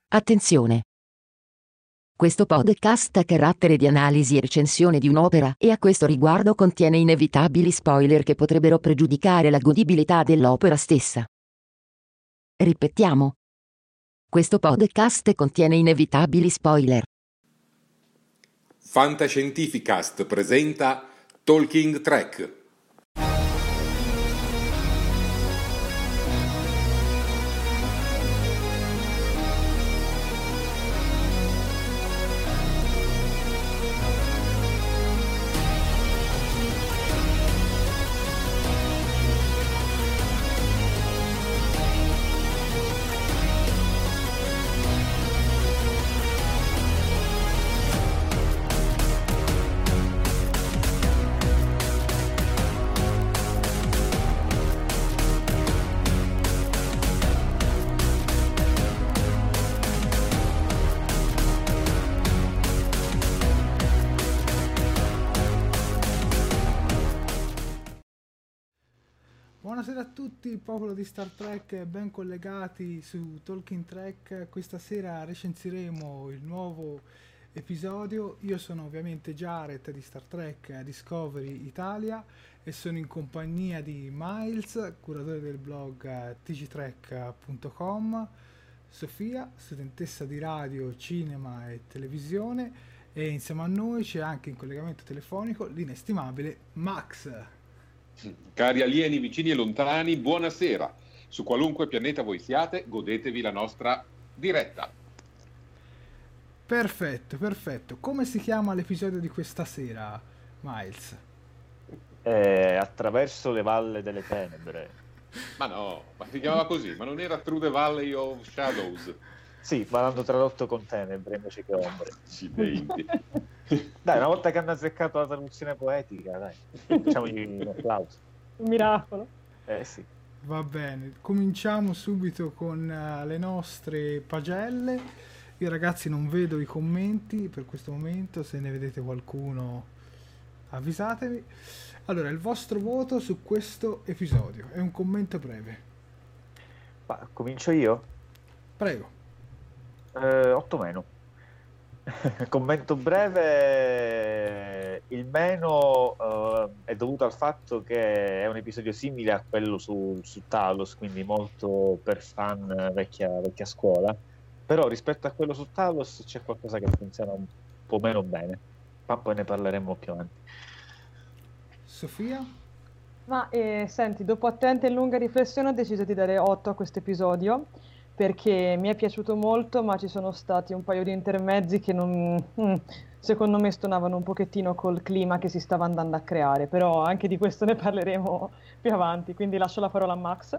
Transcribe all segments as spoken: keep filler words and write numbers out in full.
Attenzione! Questo podcast ha carattere di analisi e recensione di un'opera e a questo riguardo contiene inevitabili spoiler che potrebbero pregiudicare la godibilità dell'opera stessa. Ripetiamo. Questo podcast contiene inevitabili spoiler. Fantascientificast presenta Talking Trek. Buonasera a tutti, popolo di Star Trek, ben collegati su Talking Trek. Questa sera recensiremo il nuovo episodio. Io sono ovviamente Jared di Star Trek Discovery Italia e sono in compagnia di Miles, curatore del blog t g trek punto com, Sofia, studentessa di radio, cinema e televisione, e insieme a noi c'è anche in collegamento telefonico l'inestimabile Max. Cari alieni vicini e lontani, buonasera. Su qualunque pianeta voi siate, godetevi la nostra diretta. Perfetto, perfetto. Come si chiama l'episodio di questa sera, Miles? Eh, attraverso le valle delle tenebre. Ma no, ma si chiamava così, ma non era Through the Valley of Shadows? Sì, ma l'hanno tradotto con tenebre invece che ombre. Accidenti. Dai, una volta che hanno azzeccato la traduzione poetica, dai, facciamogli un applauso. Un miracolo. Eh sì. Va bene, cominciamo subito con uh, le nostre pagelle. Io ragazzi non vedo i commenti per questo momento, se ne vedete qualcuno avvisatemi. Allora, il vostro voto su questo episodio è un commento breve. Ma comincio io? Prego. Eh, otto meno. Commento breve, il meno uh, è dovuto al fatto che è un episodio simile a quello su, su Talos, quindi molto per fan vecchia, vecchia scuola, però rispetto a quello su Talos c'è qualcosa che funziona un po' meno bene, ma poi ne parleremo più avanti. Sofia? Ma eh, senti, dopo attenta e lunga riflessione ho deciso di dare otto a questo episodio, perché mi è piaciuto molto, ma ci sono stati un paio di intermezzi che non, mm, secondo me stonavano un pochettino col clima che si stava andando a creare, però anche di questo ne parleremo più avanti, quindi lascio la parola a Max.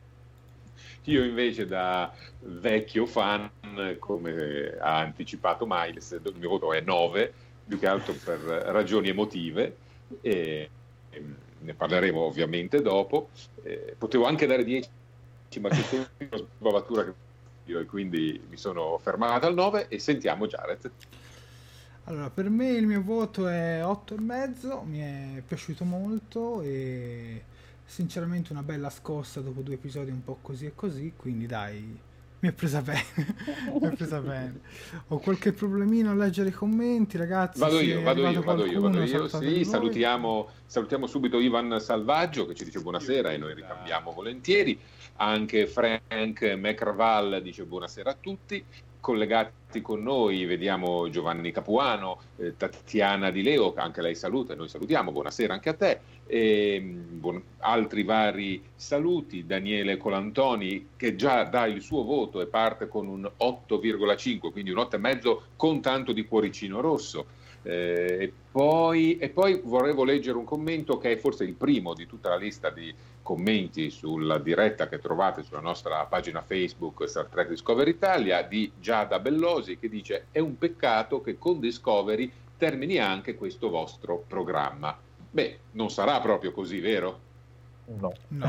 Io invece, da vecchio fan, come ha anticipato Miles, il mio voto è nove, più che altro per ragioni emotive, e, e ne parleremo ovviamente dopo. Eh, potevo anche dare dieci, ma c'è una sbavatura che e quindi mi sono fermato al nove e sentiamo Jared. Allora, per me il mio voto è otto e mezzo, mi è piaciuto molto e sinceramente una bella scossa dopo due episodi un po' così e così, quindi dai, mi è presa bene. Mi è presa bene. Ho qualche problemino a leggere i commenti, ragazzi. Vado io, vado io, vado io, vado io, sì, salutiamo, salutiamo subito Ivan Salvaggio che ci dice buonasera e noi ricambiamo volentieri. Anche Frank McRaval dice buonasera a tutti. Collegati con noi vediamo Giovanni Capuano, eh, Tatiana Di Leo, anche lei saluta e noi salutiamo, buonasera anche a te, e, buon, altri vari saluti, Daniele Colantoni che già dà il suo voto e parte con un otto virgola cinque, quindi un otto e mezzo con tanto di cuoricino rosso. Eh, e, poi, e poi vorrei leggere un commento che è forse il primo di tutta la lista di commenti sulla diretta che trovate sulla nostra pagina Facebook Star Trek Discovery Italia, di Giada Bellosi, che dice: è un peccato che con Discovery termini anche questo vostro programma. Beh, non sarà proprio così, vero? No, no.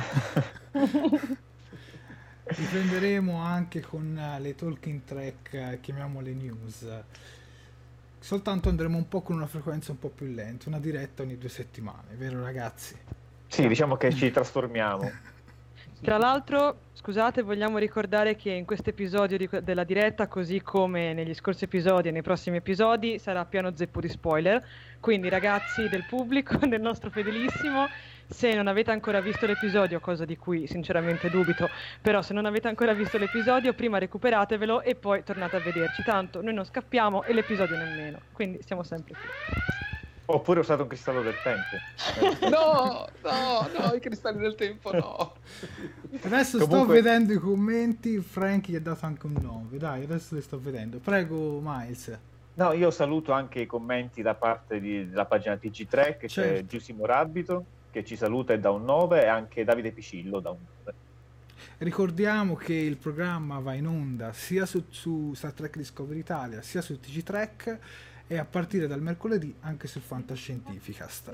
Riprenderemo anche con le Talking Trek, chiamiamole news, soltanto andremo un po' con una frequenza un po' più lenta, una diretta ogni due settimane, vero ragazzi? Sì, diciamo che ci trasformiamo. Tra l'altro, scusate, vogliamo ricordare che in questo episodio di, della diretta, così come negli scorsi episodi e nei prossimi episodi, sarà pieno zeppo di spoiler. Quindi ragazzi del pubblico, del nostro fedelissimo, se non avete ancora visto l'episodio, cosa di cui sinceramente dubito, però se non avete ancora visto l'episodio, prima recuperatevelo e poi tornate a vederci. Tanto noi non scappiamo e l'episodio nemmeno, quindi siamo sempre qui. Oppure usate un cristallo del tempo. No, no, no, i cristalli del tempo no. Adesso Comunque... sto vedendo i commenti, Frankie ha dato anche un nove, dai, adesso li sto vedendo. Prego Miles. No, io saluto anche i commenti da parte di, della pagina T G tre, che certo. C'è Giusimo Rabbito, che ci saluta e dà un nove, e anche Davide Picillo dà un nove. Ricordiamo che il programma va in onda sia su, su Star Trek Discovery Italia, sia su T G Trek, e a partire dal mercoledì anche su Fantascientificast.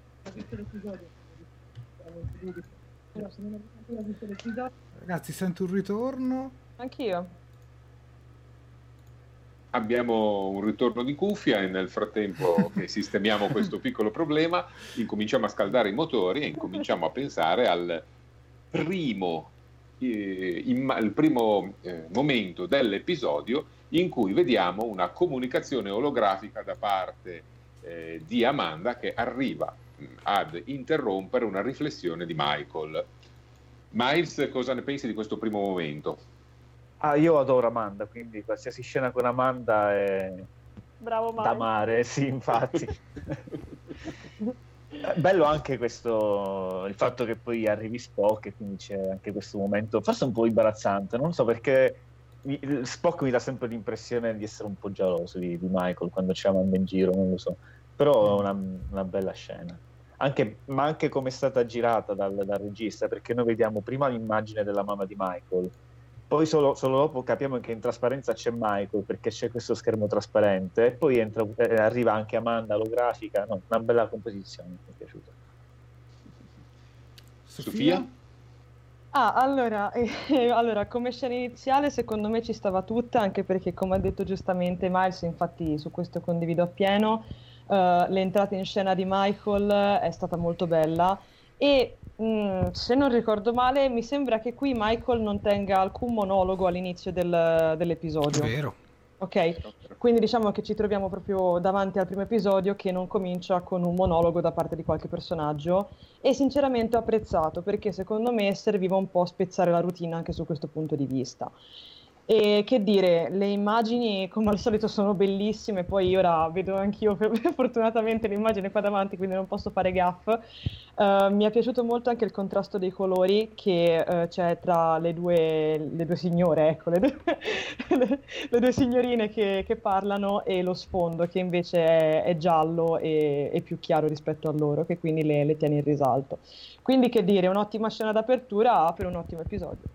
Ragazzi, sento un ritorno. Anch'io. Abbiamo un ritorno di cuffia e nel frattempo che sistemiamo questo piccolo problema incominciamo a scaldare i motori e incominciamo a pensare al primo, eh, imma- il primo eh, momento dell'episodio in cui vediamo una comunicazione olografica da parte eh, di Amanda che arriva mh, ad interrompere una riflessione di Michael. Miles, cosa ne pensi di questo primo momento? Ah, io adoro Amanda, quindi qualsiasi scena con Amanda è bravo da amare, sì, infatti. Bello anche questo, il fatto che poi arrivi Spock e quindi c'è anche questo momento, forse un po' imbarazzante, non so perché mi, Spock mi dà sempre l'impressione di essere un po' geloso di, di Michael quando c'è Amanda in giro, non lo so, però è una, una bella scena. Anche, ma anche come è stata girata dal, dal regista, perché noi vediamo prima l'immagine della mamma di Michael, poi solo, solo dopo capiamo che in trasparenza c'è Michael perché c'è questo schermo trasparente, e poi entra, eh, arriva anche Amanda olografica, no, una bella composizione, mi è piaciuta. Sofia? Ah, allora, eh, allora, come scena iniziale secondo me ci stava tutta, anche perché come ha detto giustamente Miles, infatti su questo condivido appieno, uh, l'entrata in scena di Michael è stata molto bella e mh, se non ricordo male mi sembra che qui Michael non tenga alcun monologo all'inizio del, dell'episodio. Vero. Ok, quindi diciamo che ci troviamo proprio davanti al primo episodio che non comincia con un monologo da parte di qualche personaggio e sinceramente ho apprezzato perché secondo me serviva un po' a spezzare la routine anche su questo punto di vista. E che dire, le immagini come al solito sono bellissime, poi ora vedo anch'io fortunatamente l'immagine qua davanti, quindi non posso fare gaff. Uh, mi è piaciuto molto anche il contrasto dei colori che uh, c'è tra le due, le due signore, ecco, le due, le, le due signorine che, che parlano e lo sfondo che invece è, è giallo e, e più chiaro rispetto a loro, che quindi le, le tiene in risalto. Quindi che dire, un'ottima scena d'apertura per un ottimo episodio.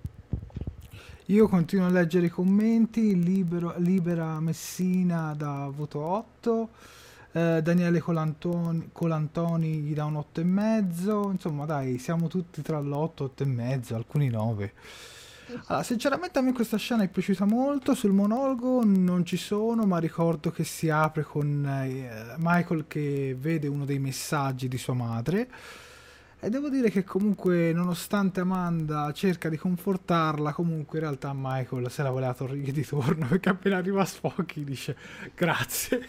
Io continuo a leggere i commenti. Libero, Libera Messina da voto otto, eh, Daniele Colantoni, Colantoni gli dà un otto e mezzo. Insomma dai, siamo tutti tra l'otto, otto e mezzo, alcuni nove. Allora, sinceramente a me questa scena è piaciuta molto. Sul monologo non ci sono, ma ricordo che si apre con eh, Michael che vede uno dei messaggi di sua madre. E devo dire che comunque, nonostante Amanda cerca di confortarla, comunque in realtà Michael se la voleva tornare di torno, perché appena arriva Spock dice grazie.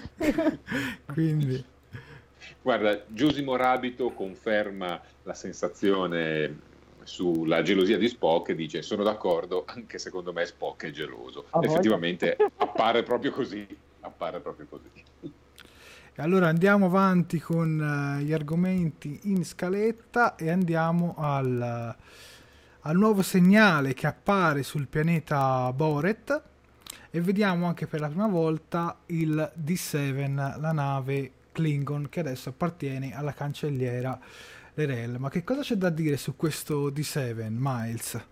Quindi guarda, Giusimo Rabito conferma la sensazione sulla gelosia di Spock e dice sono d'accordo, anche secondo me Spock è geloso. Ah, effettivamente appare proprio così, appare proprio così. Allora andiamo avanti con uh, gli argomenti in scaletta e andiamo al, uh, al nuovo segnale che appare sul pianeta Boret e vediamo anche per la prima volta il D sette, la nave Klingon che adesso appartiene alla cancelliera L'Rell. Ma che cosa c'è da dire su questo D sette, Miles?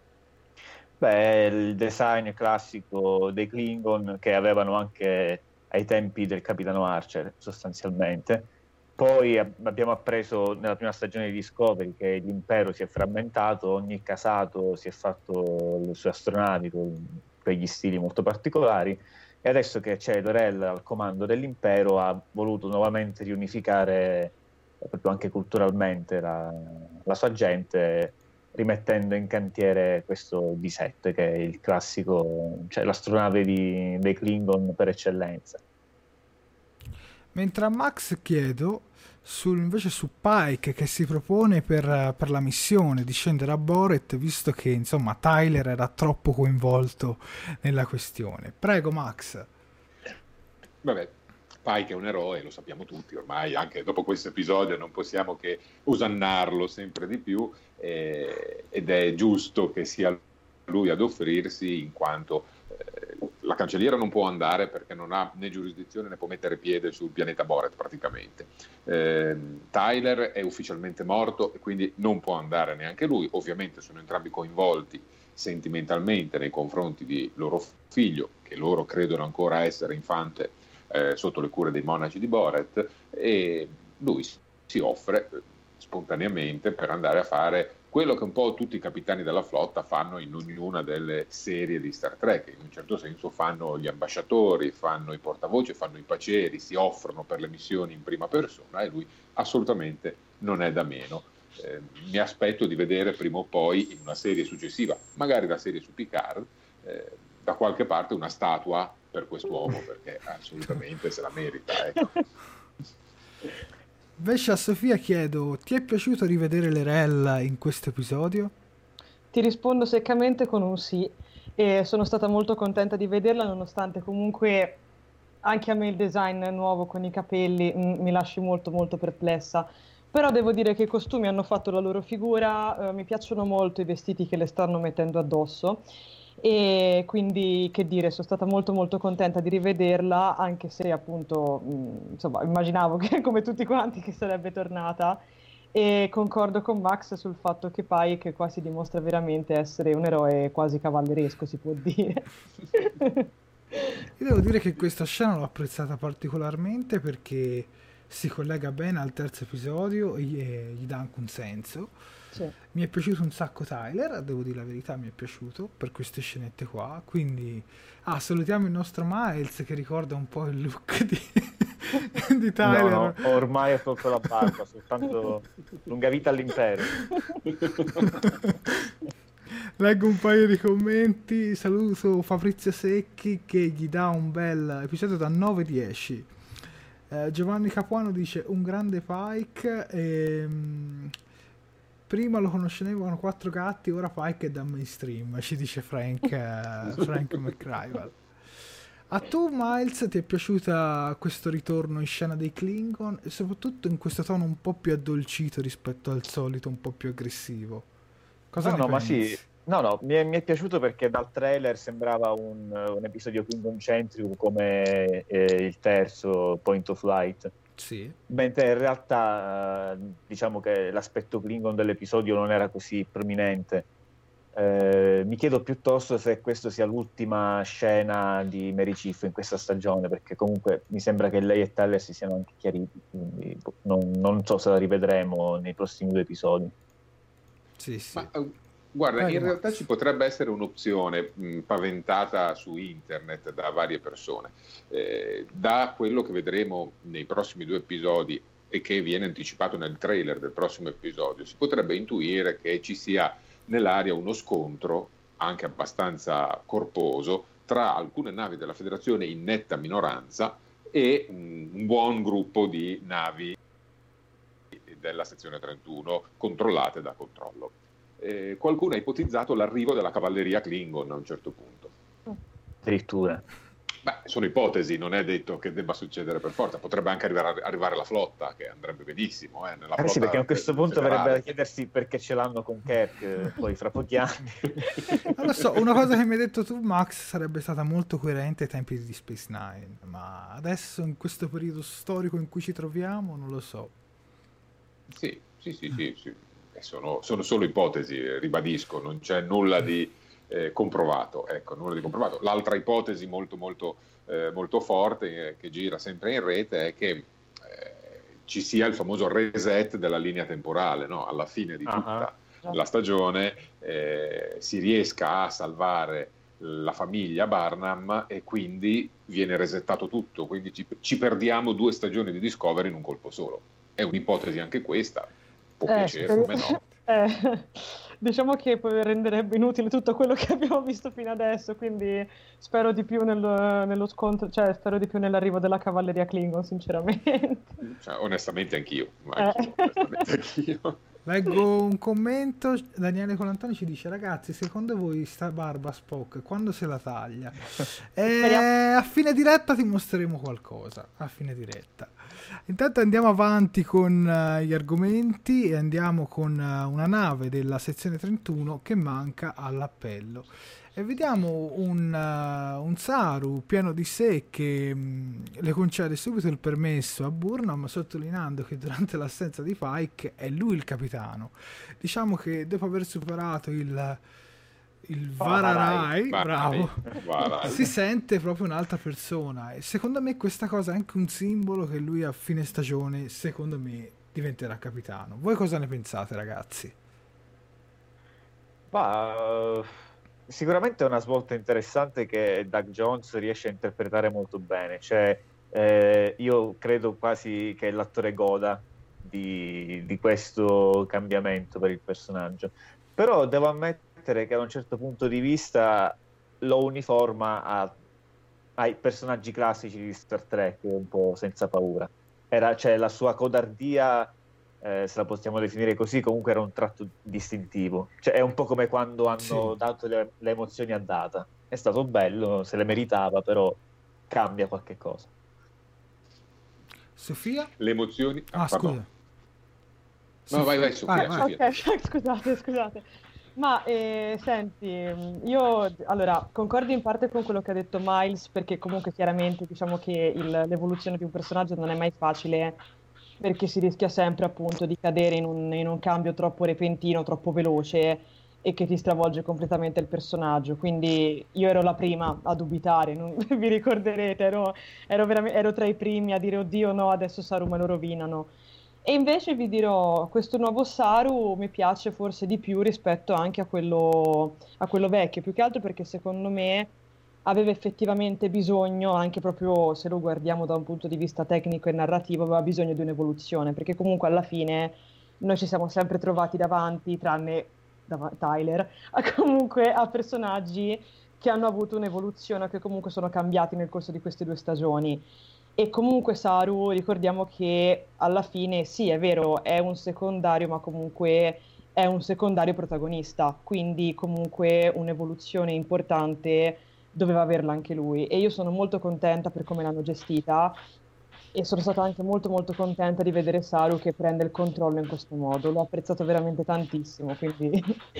Beh, il design classico dei Klingon che avevano anche ai tempi del capitano Archer sostanzialmente. Poi ab- abbiamo appreso nella prima stagione di Discovery che l'impero si è frammentato, ogni casato si è fatto le sue astronavi con quegli stili molto particolari e adesso che c'è L'Rell al comando dell'impero ha voluto nuovamente riunificare proprio anche culturalmente la, la sua gente rimettendo in cantiere questo D sette, che è il classico, cioè l'astronave di, dei Klingon per eccellenza. Mentre a Max chiedo sul, invece su Pike, che si propone per, per la missione di scendere a Boret, visto che insomma Tyler era troppo coinvolto nella questione. Prego Max. Vabbè, Pike è un eroe, lo sappiamo tutti ormai, anche dopo questo episodio non possiamo che osannarlo sempre di più, eh, ed è giusto che sia lui ad offrirsi, in quanto eh, la cancelliera non può andare perché non ha né giurisdizione né può mettere piede sul pianeta Boret praticamente. Eh, Tyler è ufficialmente morto e quindi non può andare neanche lui. Ovviamente sono entrambi coinvolti sentimentalmente nei confronti di loro figlio, che loro credono ancora essere infante eh, sotto le cure dei monaci di Boret, e lui si offre eh, spontaneamente per andare a fare quello che un po' tutti i capitani della flotta fanno in ognuna delle serie di Star Trek. In un certo senso fanno gli ambasciatori, fanno i portavoce, fanno i pacieri, si offrono per le missioni in prima persona, e lui assolutamente non è da meno. Eh, mi aspetto di vedere prima o poi in una serie successiva, magari la serie su Picard, eh, da qualche parte una statua per quest'uomo, perché assolutamente se la merita, ecco. Invece a Sofia chiedo, ti è piaciuto rivedere l'Erel in questo episodio? Ti rispondo seccamente con un sì, e sono stata molto contenta di vederla, nonostante comunque anche a me il design nuovo con i capelli mh, mi lasci molto molto perplessa. Però devo dire che i costumi hanno fatto la loro figura, eh, mi piacciono molto i vestiti che le stanno mettendo addosso, e quindi che dire, sono stata molto molto contenta di rivederla, anche se appunto mh, insomma immaginavo che come tutti quanti che sarebbe tornata, e concordo con Max sul fatto che Pike qua si dimostra veramente essere un eroe quasi cavalleresco, si può dire. Io devo dire che questa scena l'ho apprezzata particolarmente perché si collega bene al terzo episodio e gli dà anche un senso. Sì. Mi è piaciuto un sacco Tyler, devo dire la verità, mi è piaciuto per queste scenette qua, quindi ah, salutiamo il nostro Miles che ricorda un po' il look di, di Tyler. No, no, ormai ho tolto la barba, soltanto lunga vita all'impero. Leggo un paio di commenti. Saluto Fabrizio Secchi che gli dà un bel episodio da nove dieci. eh, Giovanni Capuano dice un grande Pike, e, prima lo conoscevano quattro gatti, ora Pike è da mainstream, ci dice Frank, eh, Frank McRival. A tu Miles ti è piaciuta questo ritorno in scena dei Klingon, e soprattutto in questo tono un po' più addolcito rispetto al solito, un po' più aggressivo? Cosa no, ne no, pensi? ma sì, no, no, mi è, mi è piaciuto perché dal trailer sembrava un, un episodio Klingon centrico come eh, il terzo Point of Light. Sì. Mentre in realtà diciamo che l'aspetto Klingon dell'episodio non era così prominente. Eh, mi chiedo piuttosto se questo sia l'ultima scena di Mary Chief in questa stagione, perché comunque mi sembra che lei e Tyler si siano anche chiariti, quindi non, non so se la rivedremo nei prossimi due episodi. Sì, sì. Ma, uh, guarda, Prego, in realtà Max. ci potrebbe essere un'opzione mh, paventata su internet da varie persone. Eh, da quello che vedremo nei prossimi due episodi e che viene anticipato nel trailer del prossimo episodio, si potrebbe intuire che ci sia nell'aria uno scontro anche abbastanza corposo tra alcune navi della Federazione in netta minoranza e un, un buon gruppo di navi della sezione trentuno controllate da controllo. Eh, qualcuno ha ipotizzato l'arrivo della cavalleria Klingon a un certo punto. Addirittura. Beh, sono ipotesi, non è detto che debba succedere per forza, potrebbe anche arrivare, arrivare la flotta, che andrebbe benissimo. Eh, nella Eh sì, flotta perché a questo punto federale. verrebbe da chiedersi perché ce l'hanno con Kirk eh, poi fra pochi anni. Non lo so, una cosa che mi hai detto tu Max sarebbe stata molto coerente ai tempi di Space Nine, ma adesso in questo periodo storico in cui ci troviamo non lo so. Sì, sì, sì, sì, sì. Sono, sono solo ipotesi, ribadisco, non c'è nulla di eh, comprovato, ecco, nulla di comprovato. L'altra ipotesi molto molto eh, molto forte eh, che gira sempre in rete è che eh, ci sia il famoso reset della linea temporale, no? Alla fine di tutta uh-huh. la stagione eh, si riesca a salvare la famiglia Barnum e quindi viene resettato tutto, quindi ci, ci perdiamo due stagioni di Discovery in un colpo solo. È un'ipotesi anche questa, può eh, piacere, speri- come no? Eh, diciamo che poi renderebbe inutile tutto quello che abbiamo visto fino adesso, quindi spero di più nel, nello scontro, cioè spero di più nell'arrivo della cavalleria Klingon, sinceramente. Cioè, onestamente anch'io, ma Eh. anch'io, onestamente anch'io. Leggo un commento, Daniele Colantoni ci dice: ragazzi, secondo voi sta barba Spock quando se la taglia? Eh, a fine diretta ti mostreremo qualcosa, a fine diretta. Intanto andiamo avanti con uh, gli argomenti e andiamo con uh, una nave della sezione trentuno che manca all'appello. E vediamo un, uh, un Saru pieno di sé che mh, le concede subito il permesso a Burnham, sottolineando che durante l'assenza di Pike è lui il capitano. Diciamo che dopo aver superato il, il Vararai, bravo, Varai. si sente proprio un'altra persona. E secondo me questa cosa è anche un simbolo che lui a fine stagione, secondo me, diventerà capitano. Voi cosa ne pensate, ragazzi? Ma... Uh... Sicuramente è una svolta interessante che Doug Jones riesce a interpretare molto bene, cioè eh, io credo quasi che l'attore goda di, di questo cambiamento per il personaggio, però devo ammettere che da un certo punto di vista lo uniforma a, ai personaggi classici di Star Trek un po' senza paura. Era, cioè, la sua codardia, Eh, se la possiamo definire così, comunque era un tratto distintivo, cioè è un po' come quando hanno Sì. dato le, le emozioni a Data. È stato bello, se le meritava, però cambia qualche cosa. Sofia? Le emozioni... Ah, pardon. scusa. No, vai, vai, Sofia, vai, Sofia. Ok, scusate, scusate. Ma eh, senti, io allora concordo in parte con quello che ha detto Miles, perché comunque chiaramente diciamo che il, l'evoluzione di un personaggio non è mai facile, perché si rischia sempre appunto di cadere in un, in un cambio troppo repentino, troppo veloce e che ti stravolge completamente il personaggio. Quindi io ero la prima a dubitare, non vi ricorderete, ero, ero, veram- ero tra i primi a dire oddio no, adesso Saru me lo rovinano. E invece vi dirò, questo nuovo Saru mi piace forse di più rispetto anche a quello, a quello vecchio, più che altro perché secondo me aveva effettivamente bisogno, anche proprio se lo guardiamo da un punto di vista tecnico e narrativo, aveva bisogno di un'evoluzione, perché comunque alla fine noi ci siamo sempre trovati davanti, tranne dav- Tyler, a comunque a personaggi che hanno avuto un'evoluzione, che comunque sono cambiati nel corso di queste due stagioni. E comunque Saru, ricordiamo che alla fine, sì, è vero, è un secondario, ma comunque è un secondario protagonista, quindi comunque un'evoluzione importante doveva averla anche lui, e io sono molto contenta per come l'hanno gestita e sono stata anche molto molto contenta di vedere Saru che prende il controllo in questo modo, l'ho apprezzato veramente tantissimo, quindi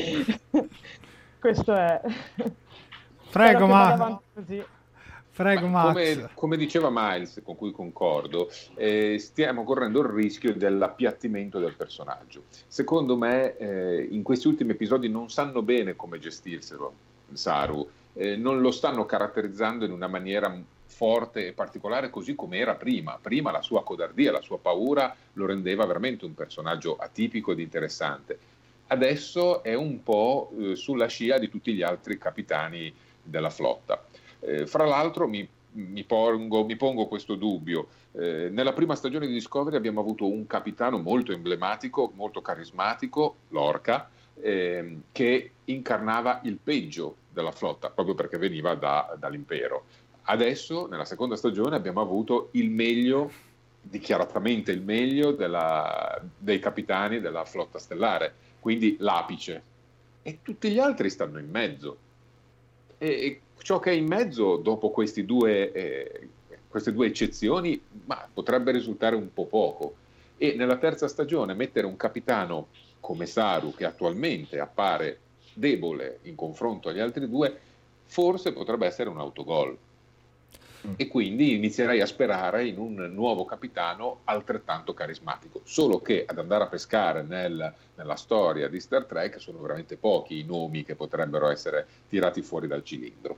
questo è. Prego, ma ma... Prego, Ma Max. come, come diceva Miles, con cui concordo, eh, stiamo correndo il rischio dell'appiattimento del personaggio. Secondo me eh, in questi ultimi episodi non sanno bene come gestirselo Saru, eh, non lo stanno caratterizzando in una maniera forte e particolare così come era prima. Prima la sua codardia, la sua paura lo rendeva veramente un personaggio atipico ed interessante. Adesso è un po' eh, sulla scia di tutti gli altri capitani della flotta. Eh, fra l'altro mi, mi, pongo, mi pongo questo dubbio. Eh, nella prima stagione di Discovery abbiamo avuto un capitano molto emblematico, molto carismatico, Lorca, eh, che incarnava il peggio della flotta, proprio perché veniva da, dall'impero. Adesso, nella seconda stagione, abbiamo avuto il meglio, dichiaratamente il meglio della, dei capitani della flotta stellare, quindi l'apice. E tutti gli altri stanno in mezzo. E, e ciò che è in mezzo, dopo questi due, eh, queste due eccezioni, ma potrebbe risultare un po' poco. E nella terza stagione mettere un capitano come Saru, che attualmente appare debole in confronto agli altri due, forse potrebbe essere un autogol. E quindi inizierei a sperare in un nuovo capitano altrettanto carismatico, solo che ad andare a pescare nel, nella storia di Star Trek sono veramente pochi i nomi che potrebbero essere tirati fuori dal cilindro.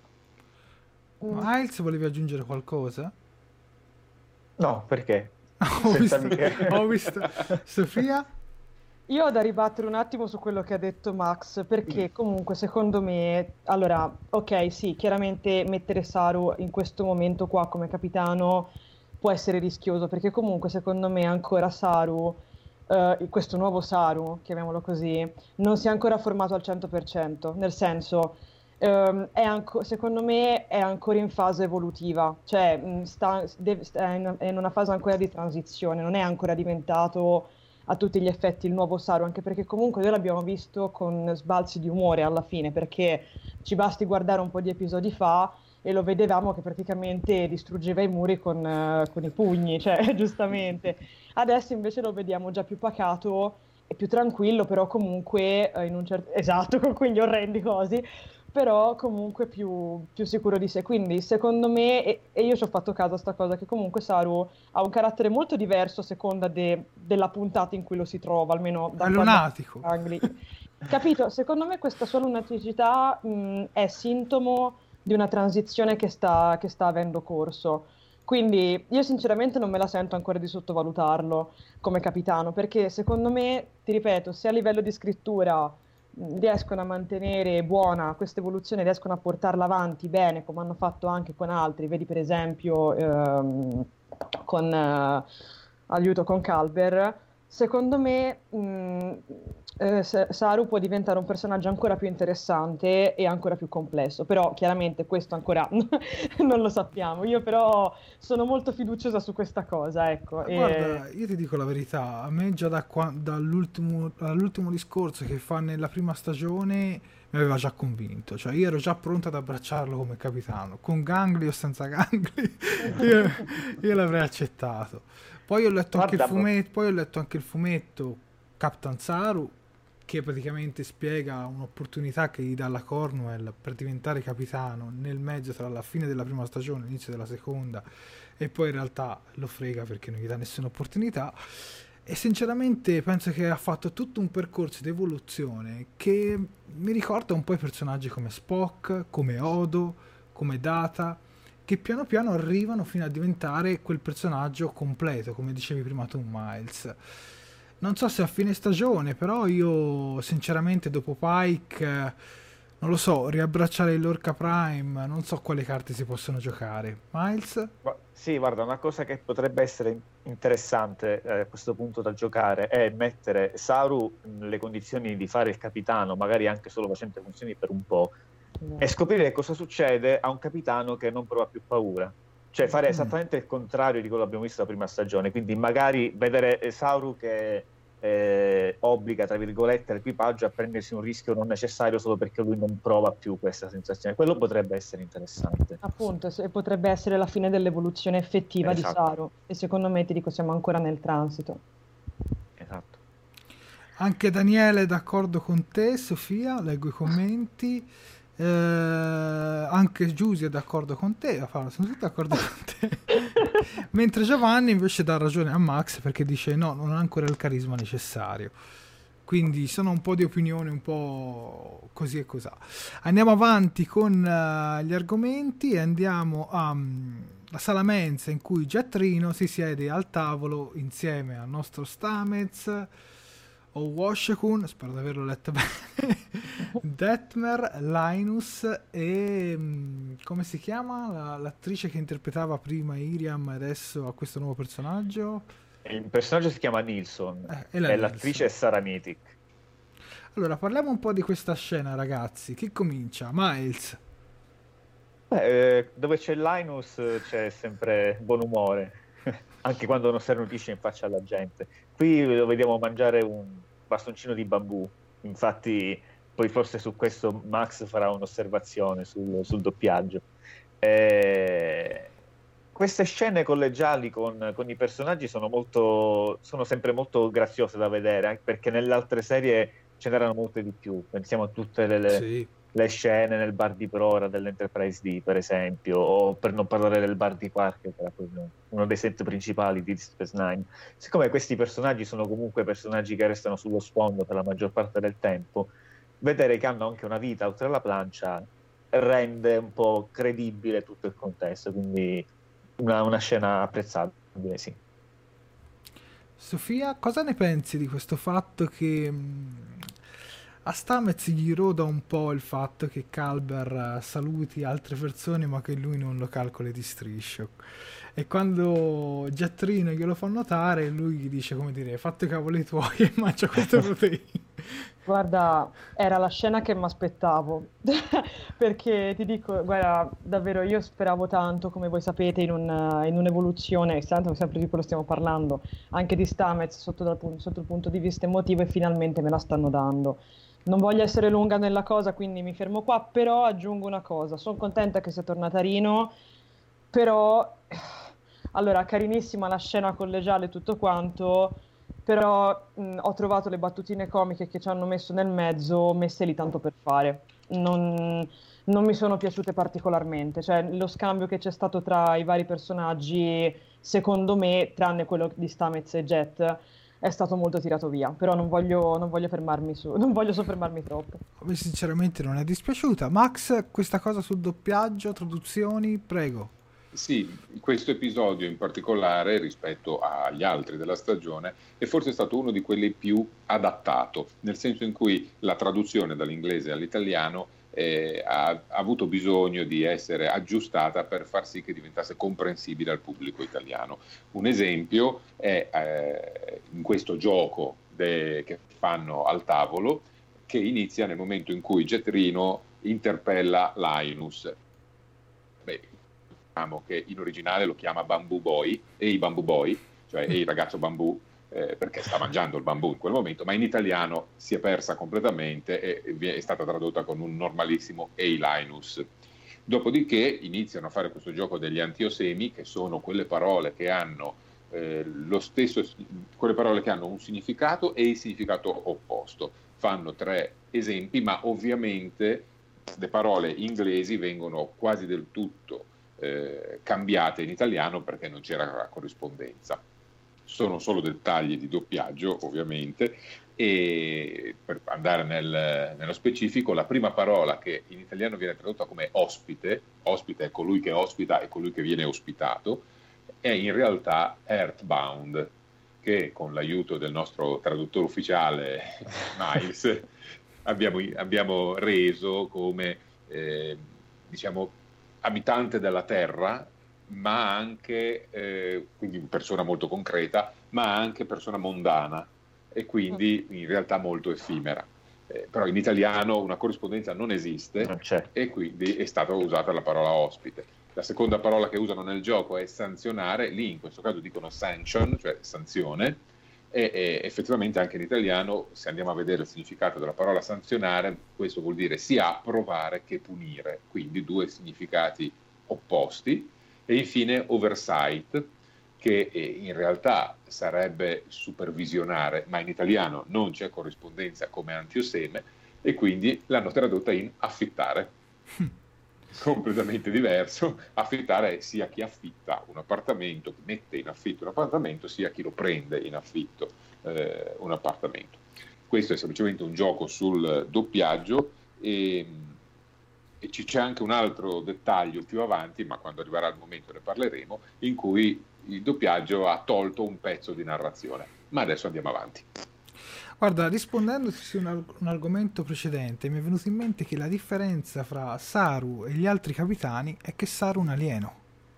Miles, volevi aggiungere qualcosa? No, perché? ho, visto, ho visto Sofia? Io ho da ribattere un attimo su quello che ha detto Max, perché comunque secondo me, allora, ok, sì, chiaramente mettere Saru in questo momento qua come capitano può essere rischioso, perché comunque secondo me ancora Saru uh, questo nuovo Saru, chiamiamolo così, non si è ancora formato al cento per cento, nel senso, um, è anco- secondo me è ancora in fase evolutiva, cioè mh, sta, deve- sta in, è in una fase ancora di transizione, non è ancora diventato a tutti gli effetti il nuovo Saru, anche perché comunque noi l'abbiamo visto con sbalzi di umore alla fine, perché ci basti guardare un po' di episodi fa e lo vedevamo che praticamente distruggeva i muri con, uh, con i pugni, cioè giustamente. Adesso invece lo vediamo già più pacato e più tranquillo, però comunque uh, in un certo... esatto, con quegli orrendi cosi, però comunque più, più sicuro di sé. Quindi secondo me, e, e io ci ho fatto caso a sta cosa, che comunque Saru ha un carattere molto diverso a seconda de, della puntata in cui lo si trova, almeno da è lunatico. Capito? Secondo me questa sua lunaticità mh, è sintomo di una transizione che sta, che sta avendo corso. Quindi io sinceramente non me la sento ancora di sottovalutarlo come capitano, perché secondo me, ti ripeto, se a livello di scrittura riescono a mantenere buona questa evoluzione, riescono a portarla avanti bene, come hanno fatto anche con altri, vedi per esempio ehm, con eh, aiuto con Calber, secondo me mh, eh, Saru può diventare un personaggio ancora più interessante e ancora più complesso, però chiaramente questo ancora non lo sappiamo. Io però sono molto fiduciosa su questa cosa, ecco. E... Guarda, io ti dico la verità, a me già da qua, dall'ultimo, dall'ultimo discorso che fa nella prima stagione mi aveva già convinto, cioè io ero già pronto ad abbracciarlo come capitano, con gangli o senza gangli, io, io l'avrei accettato. Poi ho letto anche il fumetto, poi ho letto anche il fumetto Captain Saru, che praticamente spiega un'opportunità che gli dà la Cornwell per diventare capitano nel mezzo tra la fine della prima stagione e l'inizio della seconda, e poi in realtà lo frega perché non gli dà nessuna opportunità. E sinceramente penso che ha fatto tutto un percorso di evoluzione che mi ricorda un po' i personaggi come Spock, come Odo, come Data, che piano piano arrivano fino a diventare quel personaggio completo, come dicevi prima tu, Miles. Non so se a fine stagione, però io sinceramente dopo Pike, non lo so, riabbracciare l'Orca Prime, non so quale carte si possono giocare. Miles? Sì, guarda, una cosa che potrebbe essere interessante eh, a questo punto da giocare è mettere Saru nelle condizioni di fare il capitano, magari anche solo facendo funzioni per un po', e scoprire cosa succede a un capitano che non prova più paura. Cioè fare esattamente il contrario di quello che abbiamo visto la prima stagione, quindi magari vedere Saru che eh, obbliga, tra virgolette, l'equipaggio a prendersi un rischio non necessario solo perché lui non prova più questa sensazione. Quello potrebbe essere interessante. Appunto, e potrebbe essere la fine dell'evoluzione effettiva esatto. di Saru, e secondo me, ti dico, siamo ancora nel transito. Esatto. Anche Daniele è d'accordo con te, Sofia, leggo i commenti. Eh, anche Giusy è d'accordo con te, sono tutti d'accordo con te. Mentre Giovanni invece dà ragione a Max perché dice no, non ha ancora il carisma necessario. Quindi sono un po' di opinioni un po' così e così. Andiamo avanti con uh, gli argomenti e andiamo alla um, sala-mensa in cui Jettrino si siede al tavolo insieme al nostro Stamez o Washekun, spero di averlo letto bene, Detmer, Linus e um, come si chiama la, l'attrice che interpretava prima Iriam e adesso ha questo nuovo personaggio? Il personaggio si chiama Nilsson eh, e l'attrice è Sara Mitic. Allora parliamo un po' di questa scena, ragazzi. Chi comincia? Miles? Beh, eh, dove c'è Linus c'è sempre buon umore anche quando non starnutisce in faccia alla gente. Qui lo vediamo mangiare un bastoncino di bambù, infatti poi forse su questo Max farà un'osservazione sul, sul doppiaggio. Eh, queste scene collegiali con, con i personaggi sono, molto, sono sempre molto graziose da vedere, anche perché nelle altre serie ce n'erano molte di più. Pensiamo a tutte le, le, sì. le scene nel bar di Prora dell'Enterprise D, per esempio, o per non parlare del bar di Quark, che era uno dei set principali di Deep Space Nine. Siccome questi personaggi sono comunque personaggi che restano sullo sfondo per la maggior parte del tempo, vedere che hanno anche una vita oltre la plancia rende un po' credibile tutto il contesto, quindi una, una scena apprezzabile, sì. Sofia, cosa ne pensi di questo fatto che mh, a Stamez gli roda un po' il fatto che Calber saluti altre persone ma che lui non lo calcoli di striscio? e quando Jettrino glielo fa notare, lui dice, come dire, fatto i cavoli tuoi e mangia queste proteine. Guarda, era la scena che mi aspettavo, perché ti dico, guarda, davvero io speravo tanto, come voi sapete, in, un, in un'evoluzione, tanto sempre di quello stiamo parlando, anche di Stamets sotto, dal, sotto il punto di vista emotivo, e finalmente me la stanno dando. Non voglio essere lunga nella cosa, quindi mi fermo qua, però aggiungo una cosa, sono contenta che sia tornata Rino, però, allora, carinissima la scena collegiale e tutto quanto, però mh, ho trovato le battutine comiche che ci hanno messo nel mezzo messe lì tanto per fare. Non, non mi sono piaciute particolarmente. Cioè, lo scambio che c'è stato tra i vari personaggi, secondo me, tranne quello di Stamets e Jet, è stato molto tirato via. Però non voglio, non voglio fermarmi su, non voglio soffermarmi troppo. A me sinceramente non è dispiaciuta. Max, questa cosa sul doppiaggio, traduzioni, prego. Sì, questo episodio in particolare rispetto agli altri della stagione è forse stato uno di quelli più adattato, nel senso in cui la traduzione dall'inglese all'italiano eh, ha, ha avuto bisogno di essere aggiustata per far sì che diventasse comprensibile al pubblico italiano. Un esempio è eh, in questo gioco de, che fanno al tavolo, che inizia nel momento in cui Jettrino interpella Linus. Beh, che in originale lo chiama Bamboo Boy, e i Bamboo Boy, cioè e il ragazzo bambù, eh, perché sta mangiando il bambù in quel momento, ma in italiano si è persa completamente e è stata tradotta con un normalissimo Ei Linus. Dopodiché iniziano a fare questo gioco degli antiosemi, che sono quelle parole che hanno eh, lo stesso, quelle parole che hanno un significato e il significato opposto. Fanno tre esempi, ma ovviamente le parole inglesi vengono quasi del tutto Eh, cambiate in italiano perché non c'era la corrispondenza. Sono solo dettagli di doppiaggio, ovviamente, e per andare nel, nello specifico, la prima parola che in italiano viene tradotta come ospite, ospite è colui che ospita e colui che viene ospitato, è in realtà earthbound, che con l'aiuto del nostro traduttore ufficiale Miles abbiamo, abbiamo reso come eh, diciamo abitante della terra, ma anche eh, quindi persona molto concreta, ma anche persona mondana, e quindi in realtà molto effimera. Eh, però in italiano una corrispondenza non esiste, non c'è, e quindi è stata usata la parola ospite. La seconda parola che usano nel gioco è sanzionare, lì in questo caso dicono sanction, cioè sanzione, e, e effettivamente anche in italiano, se andiamo a vedere il significato della parola sanzionare, questo vuol dire sia approvare che punire, quindi due significati opposti. E infine oversight, che in realtà sarebbe supervisionare, ma in italiano non c'è corrispondenza come antioseme, e quindi l'hanno tradotta in affittare. Completamente diverso. Affittare sia chi affitta un appartamento, chi mette in affitto un appartamento, sia chi lo prende in affitto eh, un appartamento. Questo è semplicemente un gioco sul doppiaggio, e, e ci c'è anche un altro dettaglio più avanti, ma quando arriverà il momento ne parleremo, in cui il doppiaggio ha tolto un pezzo di narrazione. Ma adesso andiamo avanti. Guarda, rispondendo su un, un argomento precedente, mi è venuto in mente che la differenza fra Saru e gli altri capitani è che Saru è un alieno.